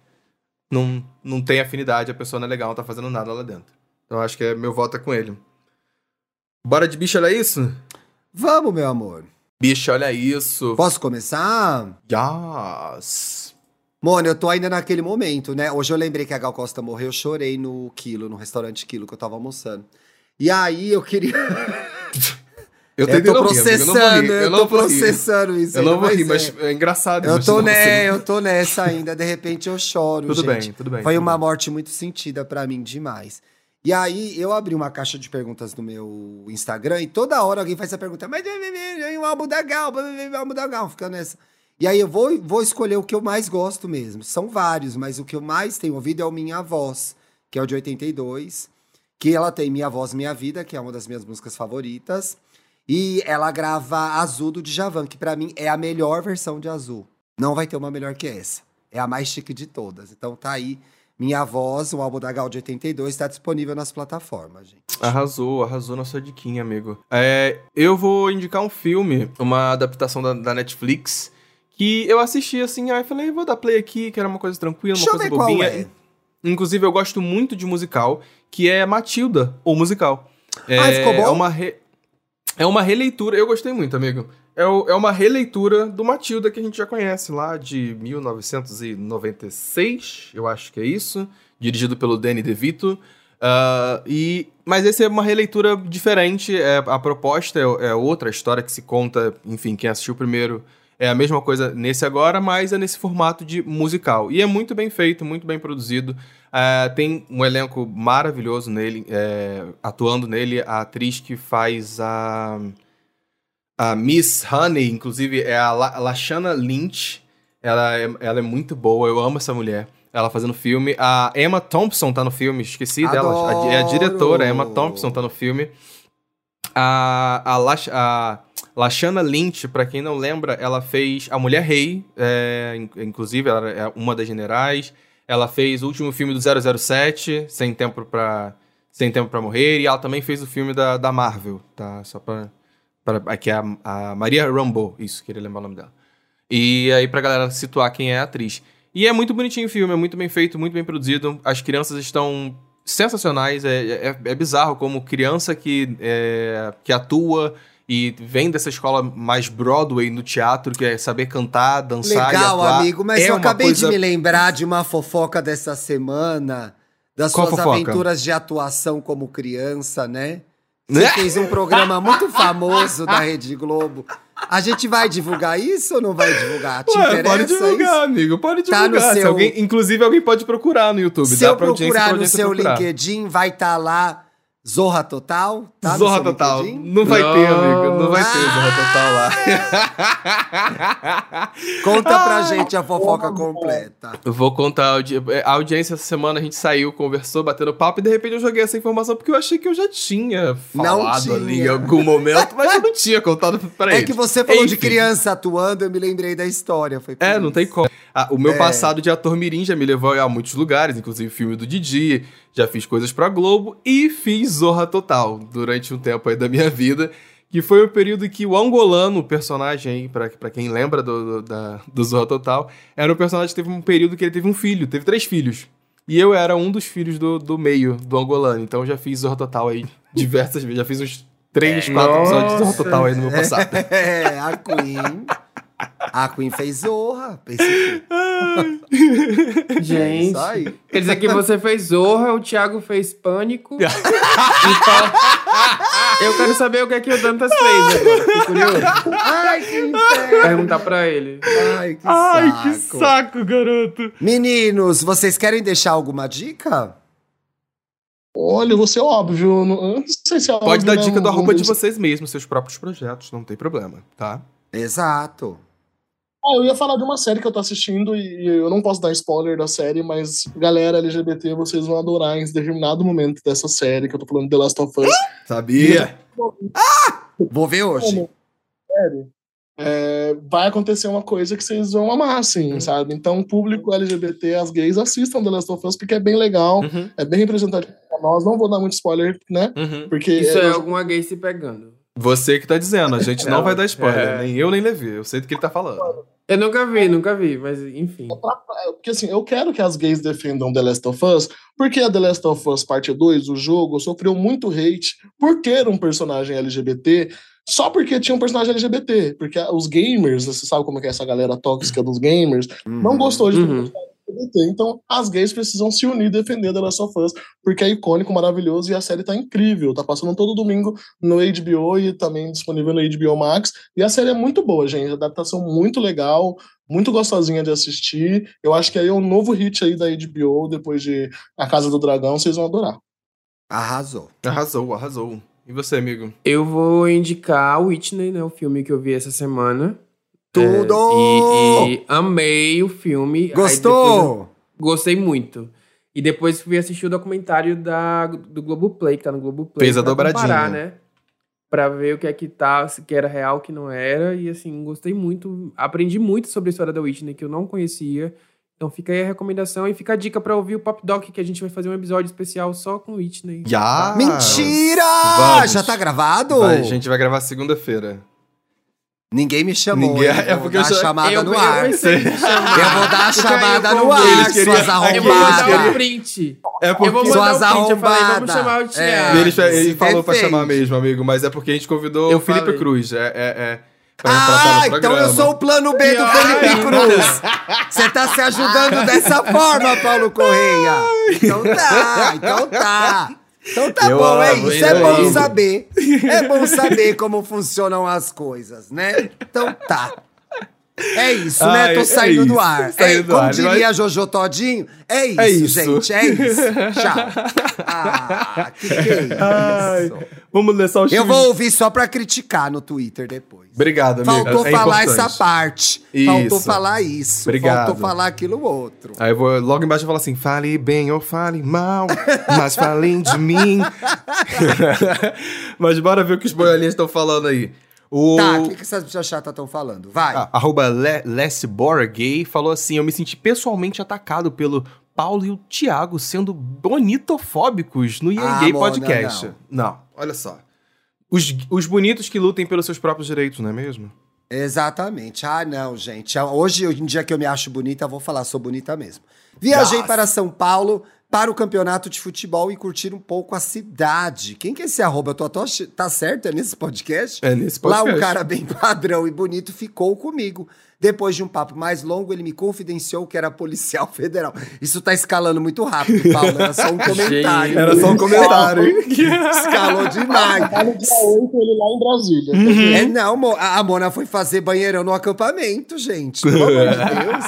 não tem afinidade, a pessoa não é legal, não tá fazendo nada lá dentro. Então acho que meu voto é com ele. Bora de bicho, olha isso? Vamos, meu amor. Bicho, olha isso. Posso começar? Yes. Mano, eu tô ainda naquele momento, né? Hoje eu lembrei que a Gal Costa morreu, eu chorei no restaurante Quilo, que eu tava almoçando. E aí eu queria... Eu tô processando, eu tô processando isso. Eu não vou rir, mas é engraçado. Eu tô nessa ainda, de repente eu choro, tudo gente. Tudo bem. Foi uma morte muito sentida pra mim, demais. E aí, eu abri uma caixa de perguntas no meu Instagram e toda hora alguém faz essa pergunta, mas o álbum da Gal, fica nessa. E aí eu vou escolher o que eu mais gosto mesmo. São vários, mas o que eu mais tenho ouvido é o Minha Voz, que é o de 82, que ela tem Minha Voz, Minha Vida, que é uma das minhas músicas favoritas. E ela grava Azul do Djavan, que pra mim é a melhor versão de Azul. Não vai ter uma melhor que essa. É a mais chique de todas. Então tá aí, Minha Voz, o álbum da Gal de 82, tá disponível nas plataformas, gente. Arrasou na sua diquinha, amigo. Eu vou indicar um filme, uma adaptação da Netflix, que eu assisti assim, aí falei, vou dar play aqui, que era uma coisa tranquila, uma coisa bobinha. Qual é? Inclusive, eu gosto muito de musical, que é Matilda, ou musical. Ficou bom? É uma releitura, eu gostei muito, amigo. É uma releitura do Matilda que a gente já conhece, lá de 1996, eu acho que é isso, dirigido pelo Danny DeVito. Mas essa é uma releitura diferente, a proposta é outra, a história que se conta, enfim, quem assistiu primeiro é a mesma coisa nesse agora, mas é nesse formato de musical. E é muito bem feito, muito bem produzido. Tem um elenco maravilhoso nele, atuando nele. A atriz que faz a Miss Honey, inclusive, é a Lashana Lynch. Ela é muito boa, eu amo essa mulher. Ela fazendo filme. A Emma Thompson tá no filme, esqueci dela. É a diretora, a Emma Thompson tá no filme. A Lashana Lynch, pra quem não lembra, ela fez A Mulher Rei, inclusive ela é uma das generais. Ela fez o último filme do 007, Sem Tempo pra Morrer, e ela também fez o filme da Marvel, tá? Só aqui é a Maria Rambeau, isso, queria lembrar o nome dela. E aí pra galera situar quem é a atriz. E é muito bonitinho o filme, é muito bem feito, muito bem produzido. As crianças estão sensacionais, é bizarro como criança que atua e vem dessa escola mais Broadway no teatro, que é saber cantar, dançar. Legal, e atuar. amigo, mas eu acabei de me lembrar de uma fofoca dessa semana, das suas aventuras de atuação como criança, né? Você fez um programa muito famoso da Rede Globo. A gente vai divulgar isso ou não vai divulgar? Te interessa pode divulgar, isso? Amigo, pode divulgar. Tá inclusive, alguém pode procurar no YouTube. Se eu procurar no seu LinkedIn, vai estar lá Zorra Total? Tá Zorra Total. Não vai ter, amigo. Não vai ter Zorra Total lá. Conta pra gente a fofoca completa. Eu vou contar. A audiência essa semana a gente saiu, conversou, batendo papo e de repente eu joguei essa informação porque eu achei que eu já tinha falado ali em algum momento, mas eu não tinha contado pra eles. É que você falou de criança atuando, eu me lembrei da história. Foi não tem como. O meu passado de ator mirim já me levou a muitos lugares, inclusive filme do Didi, já fiz coisas pra Globo e fiz Zorra Total durante um tempo aí da minha vida, que foi o período que o Angolano, o personagem aí, pra quem lembra do Zorra Total, era um personagem que teve um período que ele teve um filho, teve 3 filhos. E eu era um dos filhos do meio, do Angolano, então eu já fiz Zorra Total aí diversas vezes, já fiz uns 3, 4 episódios de Zorra Total aí no meu passado. A Queen fez Zorra. Pensei Gente, quer dizer que você fez Zorra, o Thiago fez Pânico. Eu quero saber o que é que o Dantas fez agora. Fiquei curioso. Ai, que inferno. Perguntar pra ele. Ai, que saco, garoto. Meninos, vocês querem deixar alguma dica? Olha, eu vou ser óbvio. Não sei se é óbvio. Pode dar dica do arroba de vocês mesmos, seus próprios projetos, não tem problema, tá? Exato. Eu ia falar de uma série que eu tô assistindo e eu não posso dar spoiler da série, mas galera LGBT, vocês vão adorar em determinado momento dessa série que eu tô falando de The Last of Us. Sabia? Vou ver hoje. Sério. Vai acontecer uma coisa que vocês vão amar, assim, sabe? Então, público LGBT, as gays, assistam The Last of Us, porque é bem legal, é bem representativo pra nós. Não vou dar muito spoiler, né? Porque isso é alguma gay se pegando. Você que tá dizendo, a gente não vai dar spoiler, nem eu nem Levi, eu sei do que ele tá falando. Eu nunca vi, mas enfim. Porque assim, eu quero que as gays defendam The Last of Us, porque a The Last of Us Parte 2, o jogo, sofreu muito hate por ter um personagem LGBT só porque tinha um personagem LGBT. Porque os gamers, você sabe como é que é essa galera tóxica dos gamers, não gostou de ter um personagem LGBT. Então, as gays precisam se unir e defender The Last of Us, porque é icônico, maravilhoso, e a série tá incrível. Tá passando todo domingo no HBO e também disponível no HBO Max. E a série é muito boa, gente. A adaptação muito legal, muito gostosinha de assistir. Eu acho que aí é um novo hit aí da HBO, depois de A Casa do Dragão, vocês vão adorar. Arrasou. E você, amigo? Eu vou indicar Whitney, né? O filme que eu vi essa semana. Tudo! E amei o filme. Gostou? Gostei muito. E depois fui assistir o documentário do Globoplay, que tá no Globoplay. Fez a dobradinha. Comparar, né? Pra ver o que é que tá, se que era real, o que não era. E assim, gostei muito. Aprendi muito sobre a história da Whitney, que eu não conhecia. Então fica aí a recomendação e fica a dica pra ouvir o Pop Doc, que a gente vai fazer um episódio especial só com Whitney. Mentira! Vamos. Já tá gravado? A gente vai gravar segunda-feira. Ninguém me chamou. É porque eu vou dar a chamada no ar. Eu vou dar a chamada no ar, suas arrombadas. Eu vou mandar um print. É porque eu vou mandar suas um print. Eu falei, vamos arrombadas. chamar o Thiago. Ele falou pra chamar mesmo, amigo, mas é porque a gente convidou o Felipe Cruz. Então eu sou o plano B do Felipe Cruz. Você tá se ajudando dessa forma, Paulo Correia. Então tá. Então tá bom, é isso. É bom saber. É bom saber como funcionam as coisas, né? Então tá. É isso, né? Tô saindo do ar. Como diria a Jojo Todinho, é isso, gente. É isso. Tchau. Que é isso? Vamos ler só o Eu vou ouvir só pra criticar no Twitter depois. Obrigado, amigo. Faltou falar importante. essa parte. Faltou falar isso. Obrigado. Faltou falar aquilo outro. Aí eu vou logo embaixo eu falo assim: fale bem ou fale mal, mas falem de mim. Mas bora ver o que os boiolinhas estão falando aí. Tá, o que essas bichas chatas estão falando? Vai. @LessBoraGay falou assim: eu me senti pessoalmente atacado pelo Paulo e o Thiago sendo bonitofóbicos no Gay Podcast. Não, olha só. Os bonitos que lutem pelos seus próprios direitos, não é mesmo? Exatamente. Não, gente. Hoje em dia que eu me acho bonita, eu vou falar, sou bonita mesmo. Viajei para São Paulo para o campeonato de futebol e curtir um pouco a cidade. Quem que é esse arroba? Tá certo? É nesse podcast? É nesse podcast. Lá um cara bem padrão e bonito ficou comigo. Depois de um papo mais longo, ele me confidenciou que era policial federal. Isso tá escalando muito rápido, Paulo. Era só um comentário. Era só um comentário. Escalou demais. Tá no dia 8, ele lá em Brasília. A Mona foi fazer banheirão no acampamento, gente. Pelo amor de Deus.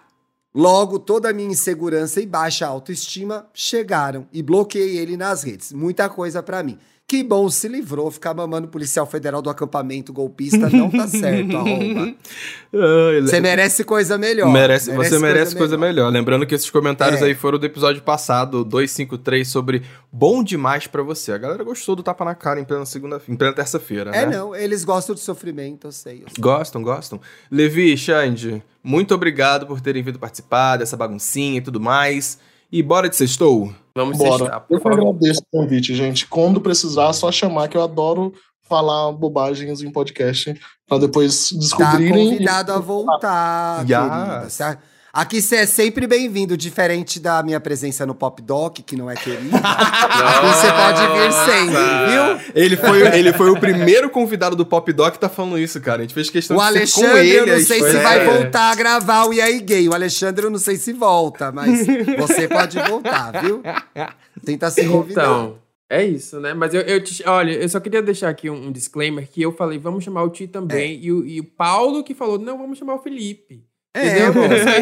Logo, toda a minha insegurança e baixa autoestima chegaram e bloqueei ele nas redes. Muita coisa pra mim. Que bom, se livrou. Ficar mamando policial federal do acampamento golpista não tá certo, arroba. Você merece coisa melhor. Você merece coisa melhor. Lembrando que esses comentários aí foram do episódio passado, 253, sobre Bom Demais Pra Você. A galera gostou do tapa na cara em plena terça-feira, né? Não, eles gostam de sofrimento, eu sei. Gostam. Levi, Xande, muito obrigado por terem vindo participar dessa baguncinha e tudo mais. E bora de sextou? Vamos Bora. sextar, por Eu favor. agradeço o convite, gente. Quando precisar, é só chamar, que eu adoro falar bobagens em podcast, pra depois descobrirem. Tá convidado a voltar, querida. Aqui você é sempre bem-vindo, diferente da minha presença no Pop Doc, que não é querida. Você pode vir sempre, viu? Ele foi o primeiro convidado do Pop Doc que tá falando isso, cara. A gente fez questão o de ser com Alexandre, ele. eu não sei se vai voltar a gravar o E aí Gay. O Alexandre, eu não sei se volta, mas você pode voltar, viu? Tenta se convidar. Então, é isso, né? Mas olha, eu só queria deixar aqui um disclaimer, que eu falei, vamos chamar o Ti também, e o Paulo que falou, não, vamos chamar o Felipe. Entendeu?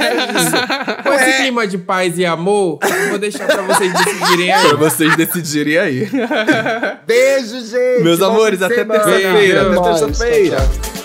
Com esse clima de paz e amor, eu vou deixar pra vocês decidirem aí. Beijo, gente. Meus amores, até terça-feira. Até terça-feira.